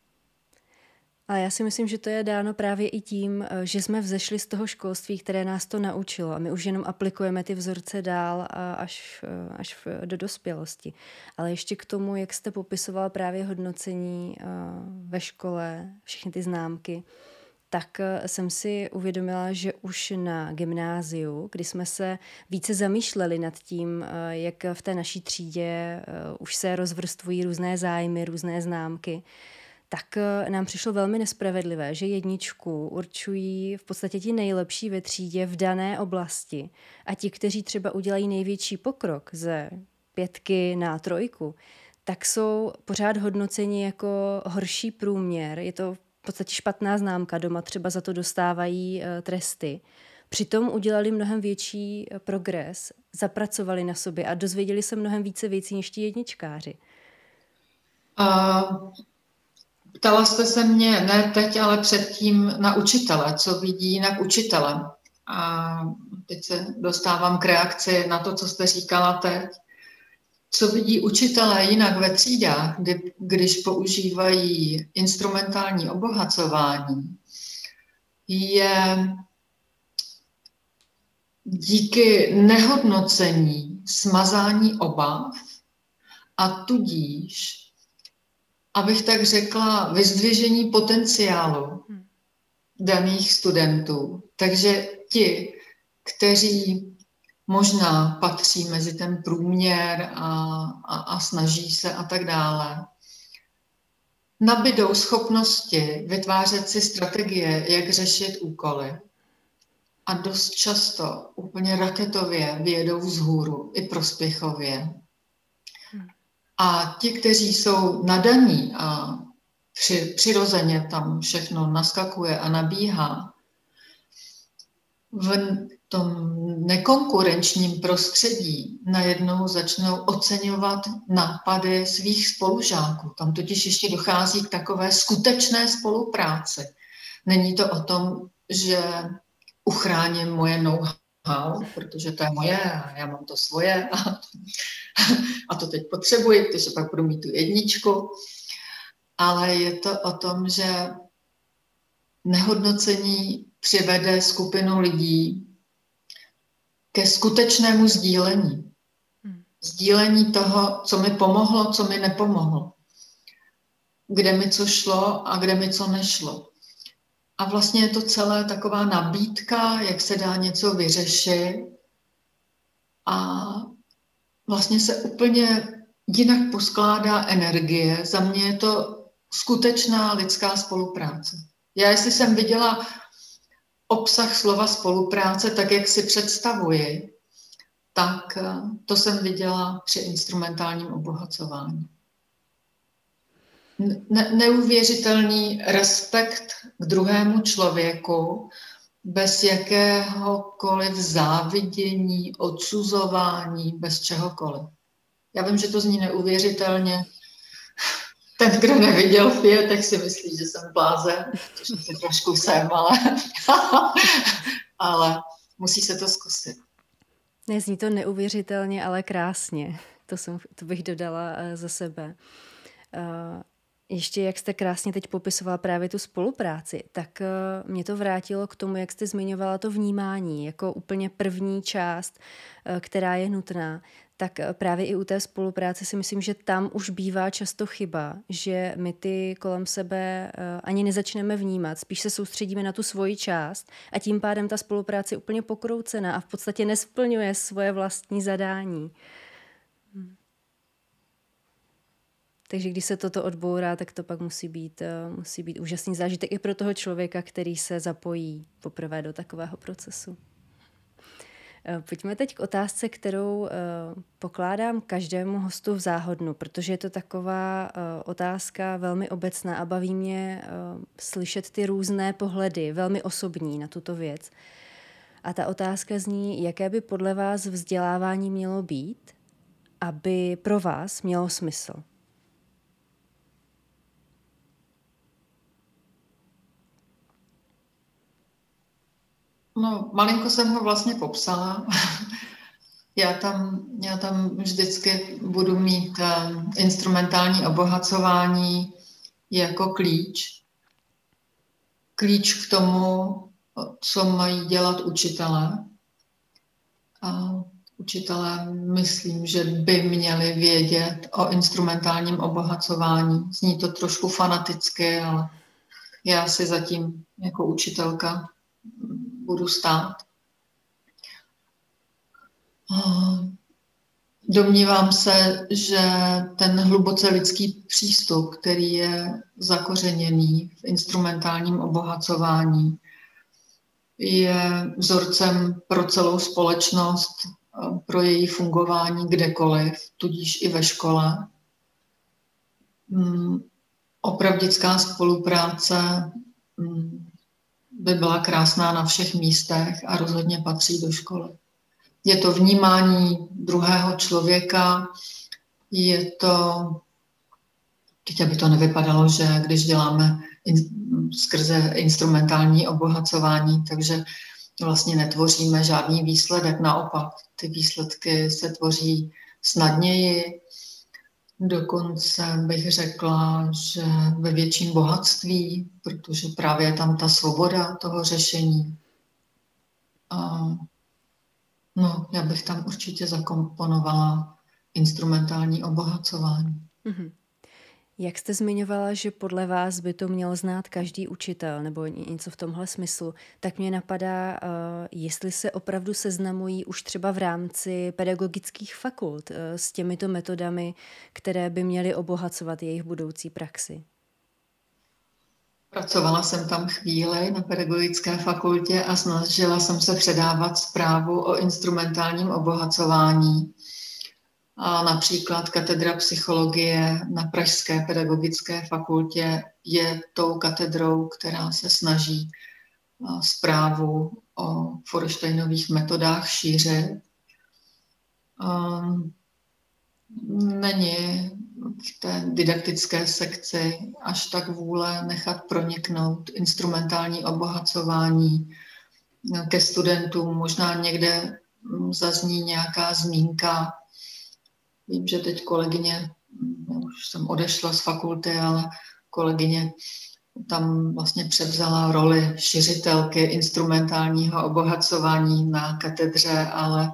A já si myslím, že to je dáno právě i tím, že jsme vzešli z toho školství, které nás to naučilo. A my už jenom aplikujeme ty vzorce dál až, až do dospělosti. Ale ještě k tomu, jak jste popisovala právě hodnocení ve škole, všechny ty známky, tak jsem si uvědomila, že už na gymnáziu, kdy jsme se více zamýšleli nad tím, jak v té naší třídě už se rozvrstvují různé zájmy, různé známky, tak nám přišlo velmi nespravedlivé, že jedničku určují v podstatě ti nejlepší ve třídě v dané oblasti a ti, kteří třeba udělají největší pokrok ze pětky na trojku, tak jsou pořád hodnoceni jako horší průměr. Je to v podstatě špatná známka, doma třeba za to dostávají tresty. Přitom udělali mnohem větší progres, zapracovali na sobě a dozvěděli se mnohem více věcí než ti jedničkáři. Uh... Ptala jste se mě, ne teď, ale předtím na učitele, co vidí jinak učitele. A teď se dostávám k reakci na to, co jste říkala teď. Co vidí učitelé jinak ve třídách, kdy, když používají instrumentální obohacování, je díky nehodnocení smazání obav a tudíž, abych tak řekla, vyzdvižení potenciálu daných studentů. Takže ti, kteří možná patří mezi ten průměr a, a, a snaží se a tak dále, nabydou schopnosti vytvářet si strategie, jak řešit úkoly. A dost často úplně raketově vyjedou vzhůru i prospěchově. A ti, kteří jsou nadaní a při, přirozeně tam všechno naskakuje a nabíhá, v tom nekonkurenčním prostředí najednou začnou oceňovat nápady svých spolužáků. Tam totiž ještě dochází k takové skutečné spolupráci. Není to o tom, že uchráním moje know-how, protože to je moje a já mám to svoje a, a to teď potřebuji, protože pak budu mít tu jedničku. Ale je to o tom, že nehodnocení přivede skupinu lidí ke skutečnému sdílení. Sdílení toho, co mi pomohlo, co mi nepomohlo. Kde mi co šlo a kde mi co nešlo. A vlastně je to celé taková nabídka, jak se dá něco vyřešit. A vlastně se úplně jinak poskládá energie. Za mě je to skutečná lidská spolupráce. Já, jestli jsem viděla obsah slova spolupráce tak, jak si představuji, tak to jsem viděla při instrumentálním obohacování. Ne- neuvěřitelný respekt k druhému člověku bez jakéhokoliv závidění, odsuzování, bez čehokoliv. Já vím, že to zní neuvěřitelně. Ten, kdo neviděl Fie, tak si myslí, že jsem blázen, což se trošku jsem, ale, ale musí se to zkusit. Ne, zní to neuvěřitelně, ale krásně. To, jsem, to bych dodala uh, za sebe. Uh, ještě jak jste krásně teď popisovala právě tu spolupráci, tak uh, mě to vrátilo k tomu, jak jste zmiňovala to vnímání jako úplně první část, uh, která je nutná. Tak uh, právě i u té spolupráce si myslím, že tam už bývá často chyba, že my ty kolem sebe uh, ani nezačneme vnímat, spíš se soustředíme na tu svoji část a tím pádem ta spolupráce je úplně pokroucená a v podstatě nesplňuje svoje vlastní zadání. Hmm. Takže když se toto odbourá, tak to pak musí být, musí být úžasný zážitek i pro toho člověka, který se zapojí poprvé do takového procesu. Pojďme teď k otázce, kterou pokládám každému hostu v záhodnu, protože je to taková otázka velmi obecná a baví mě slyšet ty různé pohledy, velmi osobní na tuto věc. A ta otázka zní, jaké by podle vás vzdělávání mělo být, aby pro vás mělo smysl? No, malinko jsem ho vlastně popsala. Já tam, já tam vždycky budu mít um, instrumentální obohacování jako klíč. Klíč k tomu, co mají dělat učitelé. A učitelé, myslím, že by měli vědět o instrumentálním obohacování. Zní to trošku fanaticky, ale já si zatím jako učitelka budu stát. Domnívám se, že ten hluboce lidský přístup, který je zakořeněný v instrumentálním obohacování, je vzorcem pro celou společnost, pro její fungování kdekoliv, tudíž i ve škole. Opravdická spolupráce by byla krásná na všech místech a rozhodně patří do školy. Je to vnímání druhého člověka, je to, teď aby to nevypadalo, že když děláme in, skrze instrumentální obohacování, takže vlastně netvoříme žádný výsledek, naopak ty výsledky se tvoří snadněji, dokonce bych řekla, že ve větším bohatství, protože právě je tam ta svoboda toho řešení. A no, já bych tam určitě zakomponovala instrumentální obohacování. Mm-hmm. Jak jste zmiňovala, že podle vás by to měl znát každý učitel nebo něco v tomhle smyslu, tak mě napadá, uh, jestli se opravdu seznamují už třeba v rámci pedagogických fakult uh, s těmito metodami, které by měly obohacovat jejich budoucí praxi. Pracovala jsem tam chvíli na pedagogické fakultě a snažila jsem se předávat zprávu o instrumentálním obohacování. A například katedra psychologie na Pražské pedagogické fakultě je tou katedrou, která se snaží zprávu o Feuersteinových metodách šířit. Není v té didaktické sekci až tak vůle nechat proniknout instrumentální obohacování ke studentům. Možná někde zazní nějaká zmínka. Vím, že teď kolegyně, už jsem odešla z fakulty, ale kolegyně tam vlastně převzala roli šiřitelky instrumentálního obohacování na katedře, ale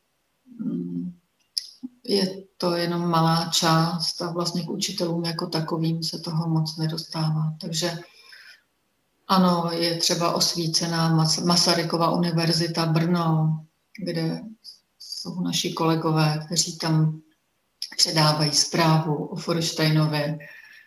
je to jenom malá část a vlastně k učitelům jako takovým se toho moc nedostává. Takže ano, je třeba osvícená Masarykova univerzita Brno, kde jsou naši kolegové, kteří tam předávají zprávu o Feuersteinovi.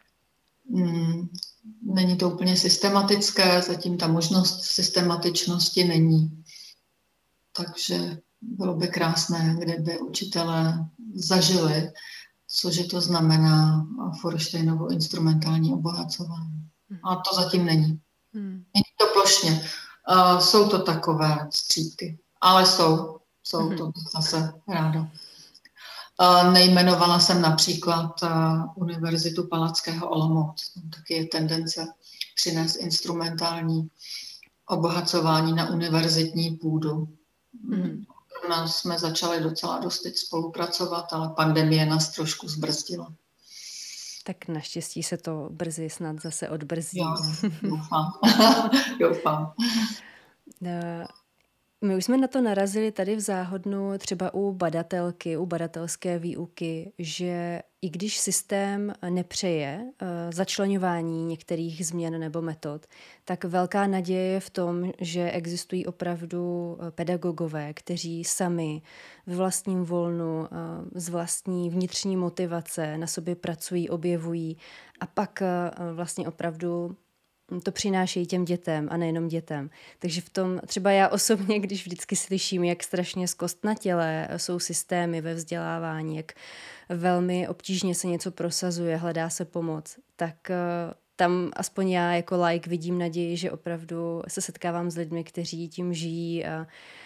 Není to úplně systematické, zatím ta možnost systematičnosti není. Takže bylo by krásné, kdyby učitelé zažili, cože to znamená Feuersteinovo instrumentální obohacování. A to zatím není. Hmm. Není to plošně. Uh, jsou to takové střípky, ale jsou. Jsou hmm. to zase ráda. Uh, nejmenovala jsem například uh, Univerzitu Palackého Olomouc. Tam taky je tendence přinést instrumentální obohacování na univerzitní půdu. Hmm. jsme začali docela dost teď spolupracovat, ale pandemie nás trošku zbrzdila. Tak naštěstí se to brzy snad zase odbrzdí. Jo, doufám. doufám. My už jsme na to narazili tady v Záhodnu, třeba u badatelky, u badatelské výuky, že i když systém nepřeje začleňování některých změn nebo metod, tak velká naděje je v tom, že existují opravdu pedagogové, kteří sami v vlastním volnu, z vlastní vnitřní motivace na sobě pracují, objevují a pak vlastně opravdu to přinášejí těm dětem a nejenom dětem. Takže v tom třeba já osobně, když vždycky slyším, jak strašně zkostnatělé jsou systémy ve vzdělávání, jak velmi obtížně se něco prosazuje, hledá se pomoc, tak tam aspoň já jako laik vidím naději, že opravdu se setkávám s lidmi, kteří tím žijí a,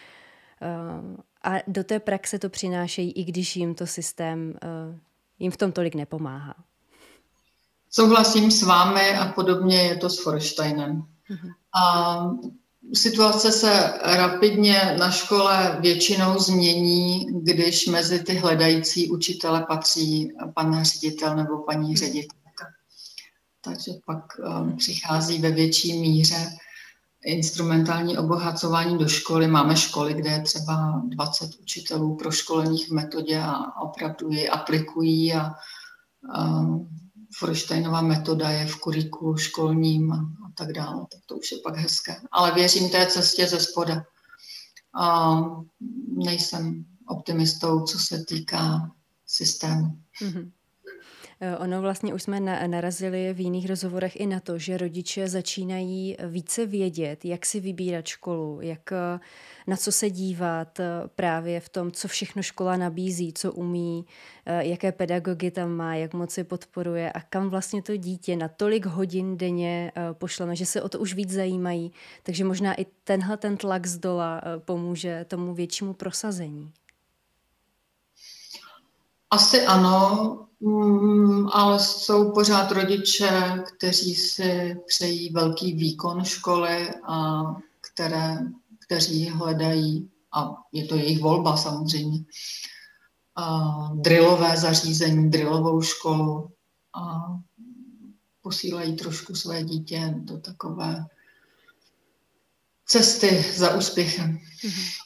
a, a do té praxe to přinášejí, i když jim to systém jim v tom tolik nepomáhá. Souhlasím s vámi a podobně je to s Feuersteinem. Mm-hmm. A situace se rapidně na škole většinou změní, když mezi ty hledající učitele patří pan ředitel nebo paní ředitelka. Takže pak um, přichází ve větší míře instrumentální obohacování do školy. Máme školy, kde je třeba dvacet učitelů proškolených v metodě a opravdu ji aplikují a um, Feuersteinova metoda je v kurikulu školním a, a tak dále, tak to už je pak hezké. Ale věřím té cestě ze spoda. A nejsem optimistou, co se týká systému. Mm-hmm. Ono vlastně už jsme narazili v jiných rozhovorech i na to, že rodiče začínají více vědět, jak si vybírat školu, jak, na co se dívat právě v tom, co všechno škola nabízí, co umí, jaké pedagogy tam má, jak moc je podporuje a kam vlastně to dítě na tolik hodin denně pošleme, že se o to už víc zajímají. Takže možná i tenhle ten tlak z dola pomůže tomu většímu prosazení. Asi ano, ale jsou pořád rodiče, kteří si přejí velký výkon školy a které, kteří hledají, a je to jejich volba samozřejmě, a drillové zařízení, drillovou školu a posílají trošku své dítě do takové cesty za úspěchem. Mm-hmm.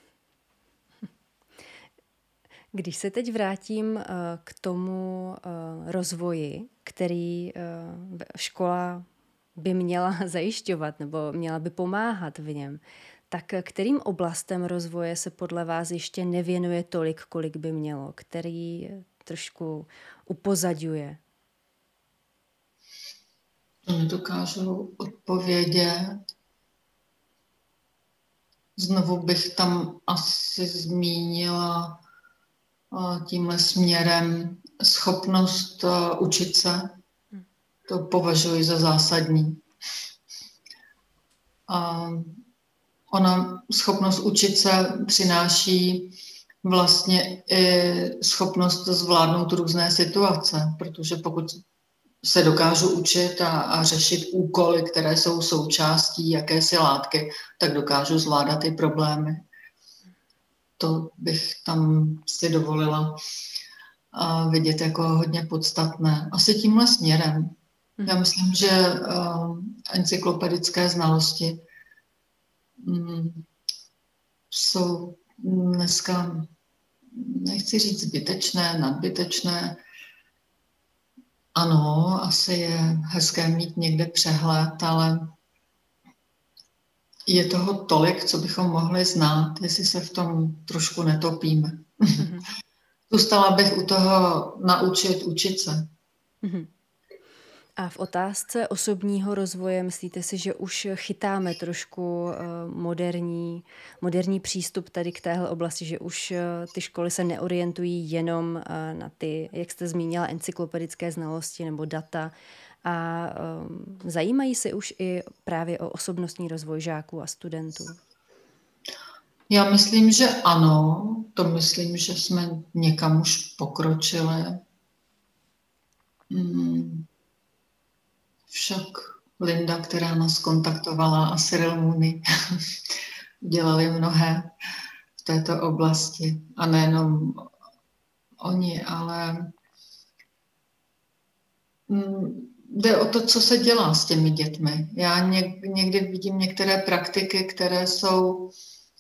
Když se teď vrátím k tomu rozvoji, který škola by měla zajišťovat nebo měla by pomáhat v něm, tak kterým oblastem rozvoje se podle vás ještě nevěnuje tolik, kolik by mělo, který trošku upozaďuje? Nedokážu odpovědět. Znovu bych tam asi zmínila tímhle směrem schopnost učit se. To považuji za zásadní. A ona schopnost učit se přináší vlastně i schopnost zvládnout různé situace, protože pokud se dokážu učit a, a řešit úkoly, které jsou součástí jakési látky, tak dokážu zvládat i problémy. To bych tam si dovolila vidět jako hodně podstatné. Asi tímhle směrem. Já myslím, že uh, encyklopedické znalosti um, jsou dneska, nechci říct zbytečné, nadbytečné. Ano, asi je hezké mít někde přehled, ale je toho tolik, co bychom mohli znát, jestli se v tom trošku netopíme. Mm-hmm. Zůstala bych u toho naučit učit se. Mm-hmm. A v otázce osobního rozvoje myslíte si, že už chytáme trošku uh, moderní, moderní přístup tady k téhle oblasti, že už uh, ty školy se neorientují jenom uh, na ty, jak jste zmínila, encyklopedické znalosti nebo data a um, zajímají se už i právě o osobnostní rozvoj žáků a studentů? Já myslím, že ano. To myslím, že jsme někam už pokročili. Hmm. Však Linda, která nás kontaktovala, a Cyril Mooney dělali mnohé v této oblasti. A nejenom oni, ale jde o to, co se dělá s těmi dětmi. Já někdy vidím některé praktiky, které jsou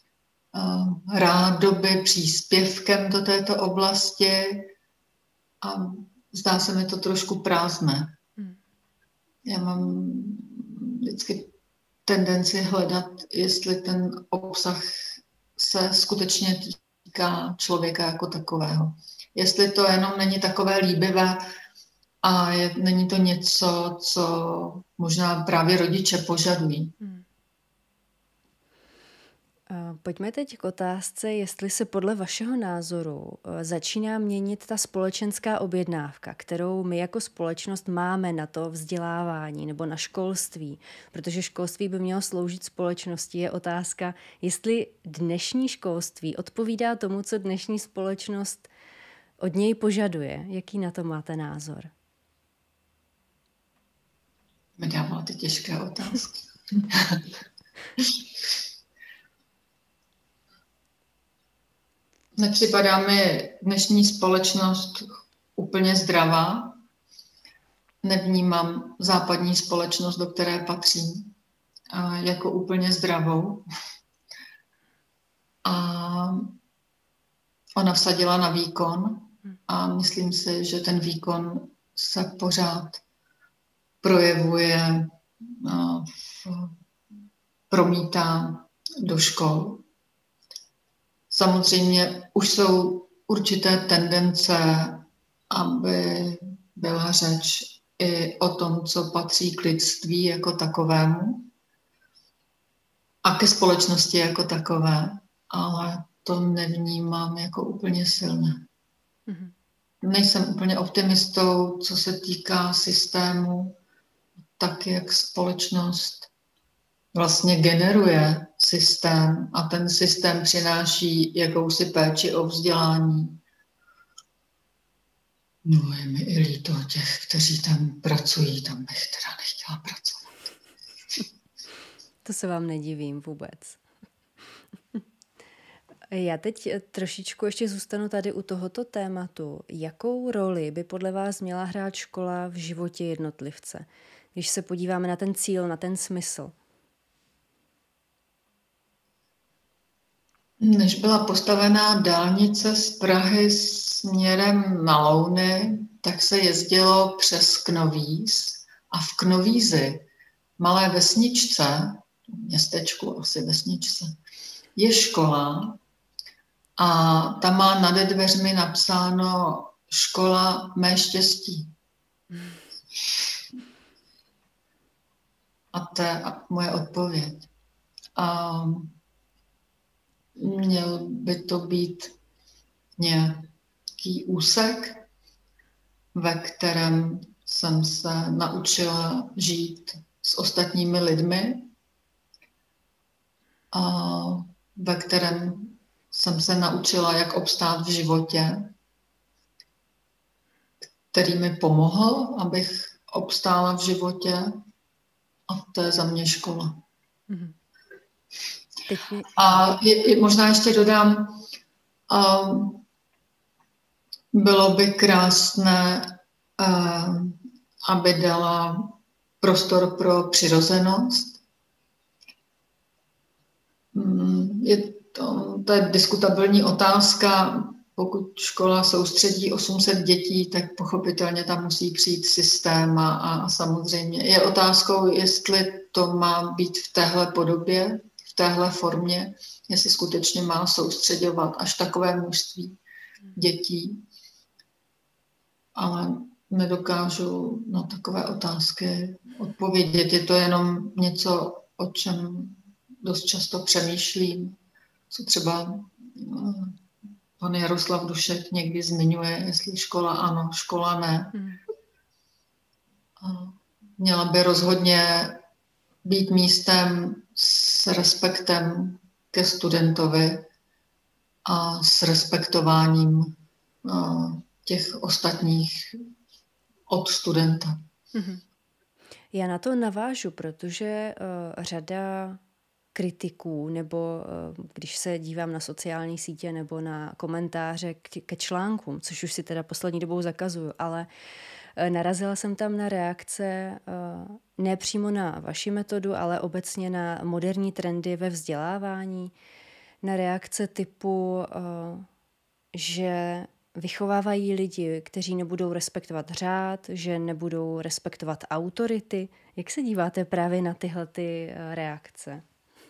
rádoby příspěvkem do této oblasti a zdá se mi to trošku prázdné. Já mám vždycky tendenci hledat, jestli ten obsah se skutečně týká člověka jako takového. Jestli to jenom není takové líbivé a je, není to něco, co možná právě rodiče požadují. Hmm. Pojďme teď k otázce, jestli se podle vašeho názoru začíná měnit ta společenská objednávka, kterou my jako společnost máme na to vzdělávání nebo na školství, protože školství by mělo sloužit společnosti. Je otázka, jestli dnešní školství odpovídá tomu, co dnešní společnost od něj požaduje. Jaký na to máte názor? Mi dáváte těžké otázky. Nepřipadá mi dnešní společnost úplně zdravá. Nevnímám západní společnost, do které patřím, jako úplně zdravou. A ona vsadila na výkon a myslím si, že ten výkon se pořád projevuje, promítá do škol. Samozřejmě už jsou určité tendence, aby byla řeč i o tom, co patří k lidství jako takovému a ke společnosti jako takové, ale to nevnímám jako úplně silné. Mm-hmm. Nejsem úplně optimistou, co se týká systému, tak jak společnost vlastně generuje systém a ten systém přináší jakousi péči o vzdělání. No, je mi i líto těch, kteří tam pracují, tam bych teda nechtěla pracovat. To se vám nedivím vůbec. Já teď trošičku ještě zůstanu tady u tohoto tématu. Jakou roli by podle vás měla hrát škola v životě jednotlivce, když se podíváme na ten cíl, na ten smysl? Než byla postavená dálnice z Prahy směrem na Louny, tak se jezdilo přes Knovíz a v Knovízi, malé vesničce, městečku asi vesničce, je škola a tam má nade dveřmi napsáno škola mé štěstí. A to je moje odpověď. A měl by to být nějaký úsek, ve kterém jsem se naučila žít s ostatními lidmi a ve kterém jsem se naučila, jak obstát v životě, který mi pomohl, abych obstála v životě, a to je za mě škola. Mm-hmm. A je, je, možná ještě dodám, um, bylo by krásné, um, aby dala prostor pro přirozenost. Um, je to, to je diskutabilní otázka. Pokud škola soustředí osm set dětí, tak pochopitelně tam musí přijít systém a, a samozřejmě je otázkou, jestli to má být v téhle podobě, v téhle formě, jestli skutečně má soustředovat až takové množství dětí. Ale nedokážu na takové otázky odpovědět. Je to jenom něco, o čem dost často přemýšlím, co třeba pan Jaroslav Dušek někdy zmiňuje, jestli škola ano, škola ne. Hmm. Měla by rozhodně být místem s respektem ke studentovi a s respektováním těch ostatních od studenta. Hmm. Já na to navážu, protože uh, řada kritiků, nebo uh, když se dívám na sociální sítě nebo na komentáře k, ke článkům, což už si teda poslední dobou zakazuju, ale uh, narazila jsem tam na reakce uh, ne přímo na vaši metodu, ale obecně na moderní trendy ve vzdělávání, na reakce typu, uh, že vychovávají lidi, kteří nebudou respektovat řád, že nebudou respektovat autority. Jak se díváte právě na tyhle ty reakce?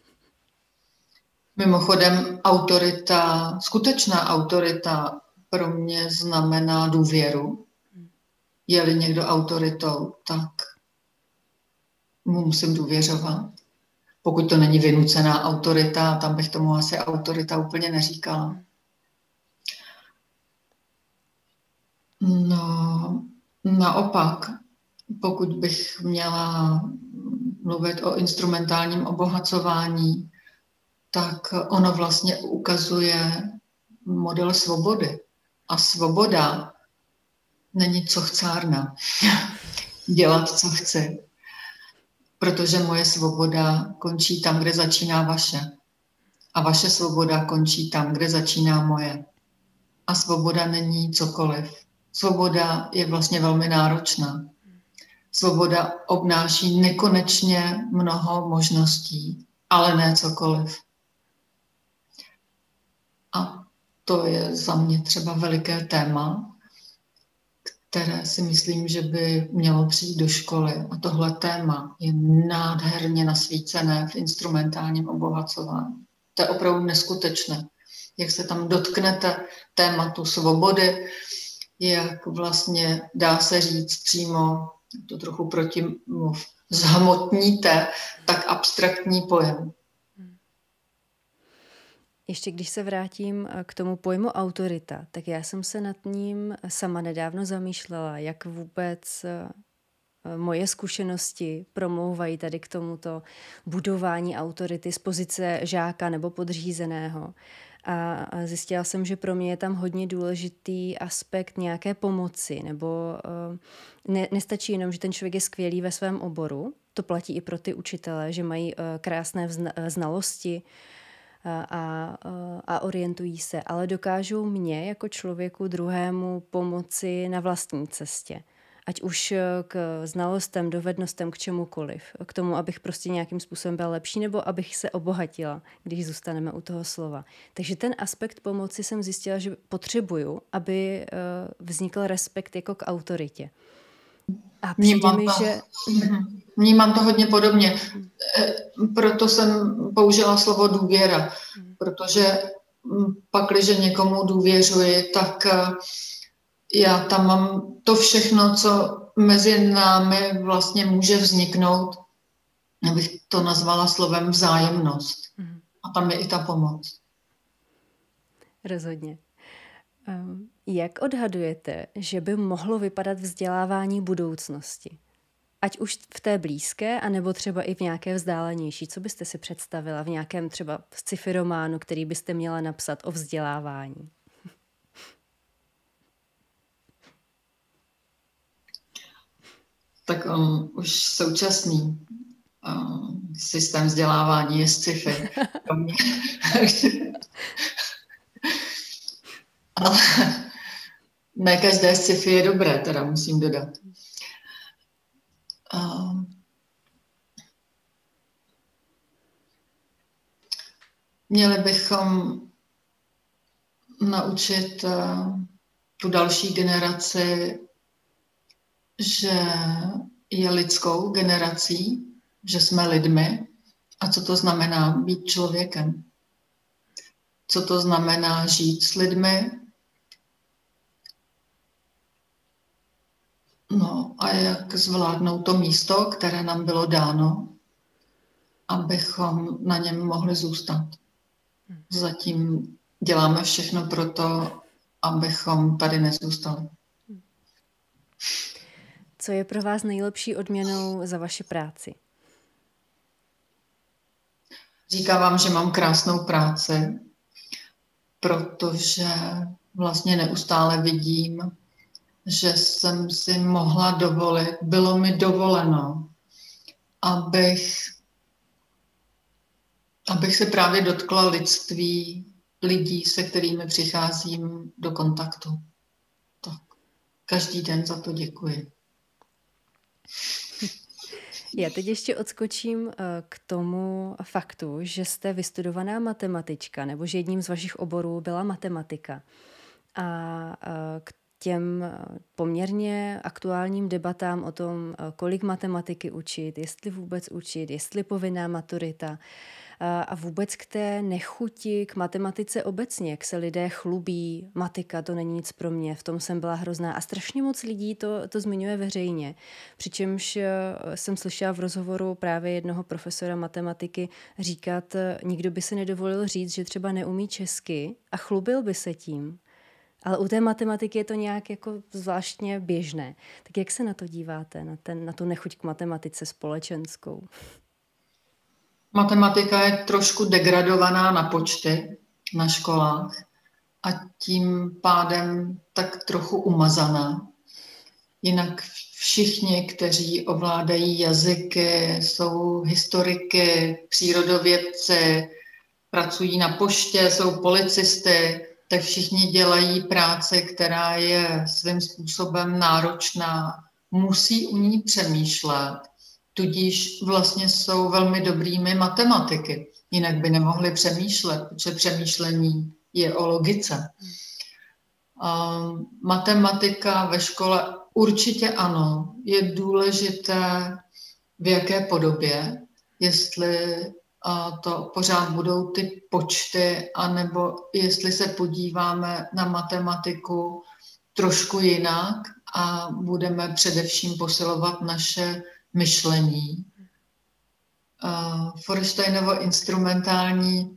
Mimochodem, autorita, skutečná autorita pro mě znamená důvěru. Je-li někdo autoritou, tak mu musím důvěřovat. Pokud to není vynucená autorita, tam bych tomu asi autorita úplně neříkala. No, naopak, pokud bych měla mluvit o instrumentálním obohacování, tak ono vlastně ukazuje model svobody. A svoboda není cochcárna. Dělat, co chci. Protože moje svoboda končí tam, kde začíná vaše. A vaše svoboda končí tam, kde začíná moje. A svoboda není cokoliv. Svoboda je vlastně velmi náročná. Svoboda obnáší nekonečně mnoho možností, ale ne cokoliv. A to je za mě třeba veliké téma, které si myslím, že by mělo přijít do školy. A tohle téma je nádherně nasvícené v instrumentálním obohacování. To je opravdu neskutečné. Jak se tam dotknete tématu svobody, jak vlastně dá se říct přímo, to trochu protimluv, zhmotníte tak abstraktní pojem. Ještě když se vrátím k tomu pojmu autorita, tak já jsem se nad ním sama nedávno zamýšlela, jak vůbec moje zkušenosti promlouvají tady k tomuto budování autority z pozice žáka nebo podřízeného. A zjistila jsem, že pro mě je tam hodně důležitý aspekt nějaké pomoci, nebo ne, nestačí jenom, že ten člověk je skvělý ve svém oboru, to platí i pro ty učitele, že mají krásné vzna, znalosti a, a, a orientují se, ale dokážou mě jako člověku druhému pomoci na vlastní cestě. Ať už k znalostem, dovednostem, k čemukoliv. K tomu, abych prostě nějakým způsobem byla lepší, nebo abych se obohatila, když zůstaneme u toho slova. Takže ten aspekt pomoci jsem zjistila, že potřebuju, aby vznikl respekt jako k autoritě. A přijde mi, to, že... Vnímám to hodně podobně. Proto jsem použila slovo důvěra. Protože pakliže někomu důvěřuji, tak já tam mám to všechno, co mezi námi vlastně může vzniknout, abych to nazvala slovem vzájemnost. A tam je i ta pomoc. Rozhodně. Jak odhadujete, že by mohlo vypadat vzdělávání budoucnosti? Ať už v té blízké, anebo třeba i v nějaké vzdálenější. Co byste si představila v nějakém třeba sci-fi románu, který byste měla napsat o vzdělávání? Tak um, už současný um, systém vzdělávání je sci-fi. Ale ne každé sci-fi je dobré, teda musím dodat. Um, měli bychom naučit uh, tu další generaci, že je lidskou generací, že jsme lidmi a co to znamená být člověkem. Co to znamená žít s lidmi. No a jak zvládnout to místo, které nám bylo dáno, abychom na něm mohli zůstat. Zatím děláme všechno pro to, abychom tady nezůstali. Co je pro vás nejlepší odměnou za vaši práci? Říkám vám, že mám krásnou práci, protože vlastně neustále vidím, že jsem si mohla dovolit, bylo mi dovoleno, abych abych se právě dotkla lidství, lidí, se kterými přicházím do kontaktu. Tak každý den za to děkuji. Já teď ještě odskočím k tomu faktu, že jste vystudovaná matematička, nebo že jedním z vašich oborů byla matematika. A k těm poměrně aktuálním debatám o tom, kolik matematiky učit, jestli vůbec učit, jestli povinná maturita a vůbec k té nechuti k matematice obecně, jak se lidé chlubí, matika, to není nic pro mě, v tom jsem byla hrozná a strašně moc lidí to, to zmiňuje veřejně. Přičemž jsem slyšela v rozhovoru právě jednoho profesora matematiky říkat, nikdo by si nedovolil říct, že třeba neumí česky a chlubil by se tím. Ale u té matematiky je to nějak jako zvláštně běžné. Tak jak se na to díváte, na, ten, na tu nechuť k matematice společenskou? Matematika je trošku degradovaná na počty na školách a tím pádem tak trochu umazaná. Jinak všichni, kteří ovládají jazyky, jsou historiky, přírodovědci, pracují na poště, jsou policisty, tak všichni dělají práci, která je svým způsobem náročná, musí u ní přemýšlet, tudíž vlastně jsou velmi dobrými matematiky. Jinak by nemohli přemýšlet, protože přemýšlení je o logice. Um, matematika ve škole určitě ano, je důležité v jaké podobě, jestli uh, to pořád budou ty počty, anebo jestli se podíváme na matematiku trošku jinak a budeme především posilovat naše myšlení. Uh, Feuersteinovo instrumentální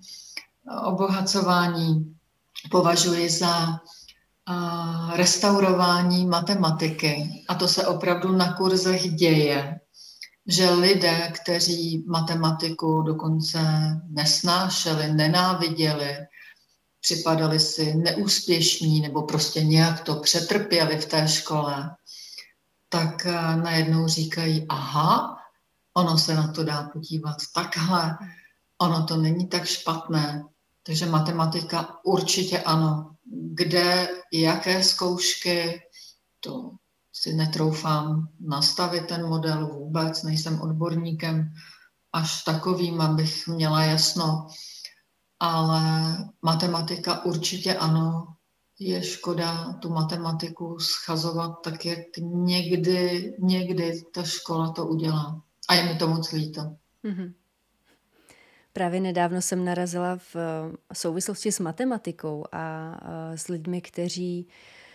obohacování považuji za uh, restaurování matematiky. A to se opravdu na kurzech děje, že lidé, kteří matematiku dokonce nesnášeli, nenáviděli, připadali si neúspěšní nebo prostě nějak to přetrpěli v té škole, tak uh, najednou říkají, aha, ono se na to dá podívat takhle, ono to není tak špatné. Takže matematika určitě ano. Kde, jaké zkoušky, to si netroufám nastavit ten model vůbec, nejsem odborníkem až takovým, abych měla jasno. Ale matematika určitě ano. Je škoda tu matematiku schazovat tak, jak někdy, někdy ta škola to udělá. A je mi to moc líto. Mm-hmm. Právě nedávno jsem narazila v souvislosti s matematikou a s lidmi, kteří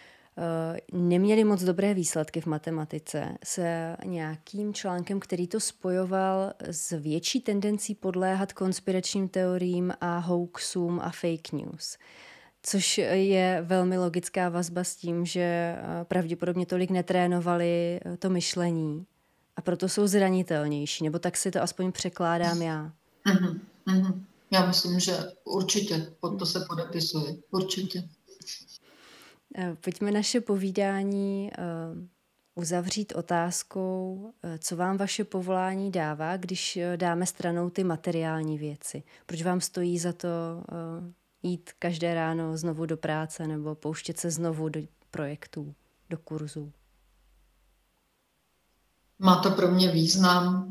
neměli moc dobré výsledky v matematice, se nějakým článkem, který to spojoval s větší tendencí podléhat konspiračním teoriím a hoaxům a fake news. Což je velmi logická vazba s tím, že pravděpodobně tolik netrénovali to myšlení a proto jsou zranitelnější, nebo tak si to aspoň překládám já. Mm-hmm, mm-hmm. Já myslím, že určitě, pod to se podepisuji, určitě. Pojďme naše povídání uzavřít otázkou, co vám vaše povolání dává, když dáme stranou ty materiální věci. Proč vám stojí za to jít každé ráno znovu do práce nebo pouštět se znovu do projektů, do kurzů? Má to pro mě význam.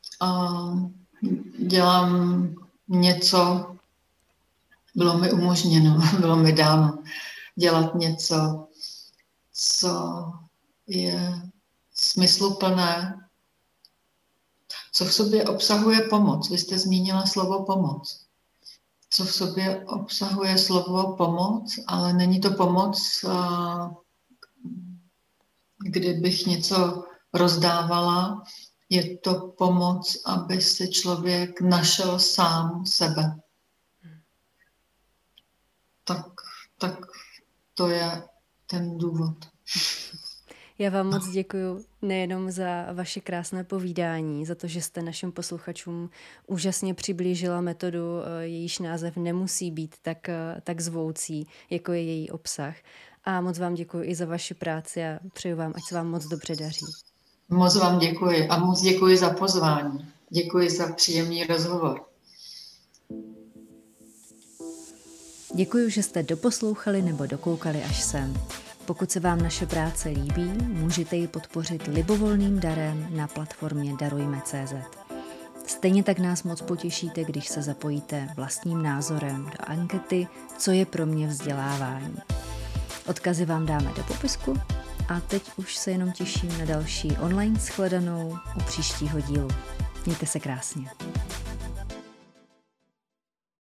Dělám něco, bylo mi umožněno, bylo mi dáno dělat něco, co je smysluplné, co v sobě obsahuje pomoc. Vy jste zmínila slovo pomoc. Co v sobě obsahuje slovo pomoc, ale není to pomoc, kdybych něco rozdávala, je to pomoc, aby si člověk našel sám sebe. Tak, tak to je ten důvod. Já vám moc děkuji nejenom za vaše krásné povídání, za to, že jste našim posluchačům úžasně přiblížila metodu, jejíž název nemusí být tak, tak zvoucí, jako je její obsah. A moc vám děkuji i za vaši práci a přeju vám, ať se vám moc dobře daří. Moc vám děkuji a moc děkuji za pozvání. Děkuji za příjemný rozhovor. Děkuji, že jste doposlouchali nebo dokoukali až sem. Pokud se vám naše práce líbí, můžete ji podpořit libovolným darem na platformě darujme tečka cé zet. Stejně tak nás moc potěšíte, když se zapojíte vlastním názorem do ankety Co je pro mě vzdělávání. Odkazy vám dáme do popisku a teď už se jenom těším na další online shledanou u příštího dílu. Mějte se krásně.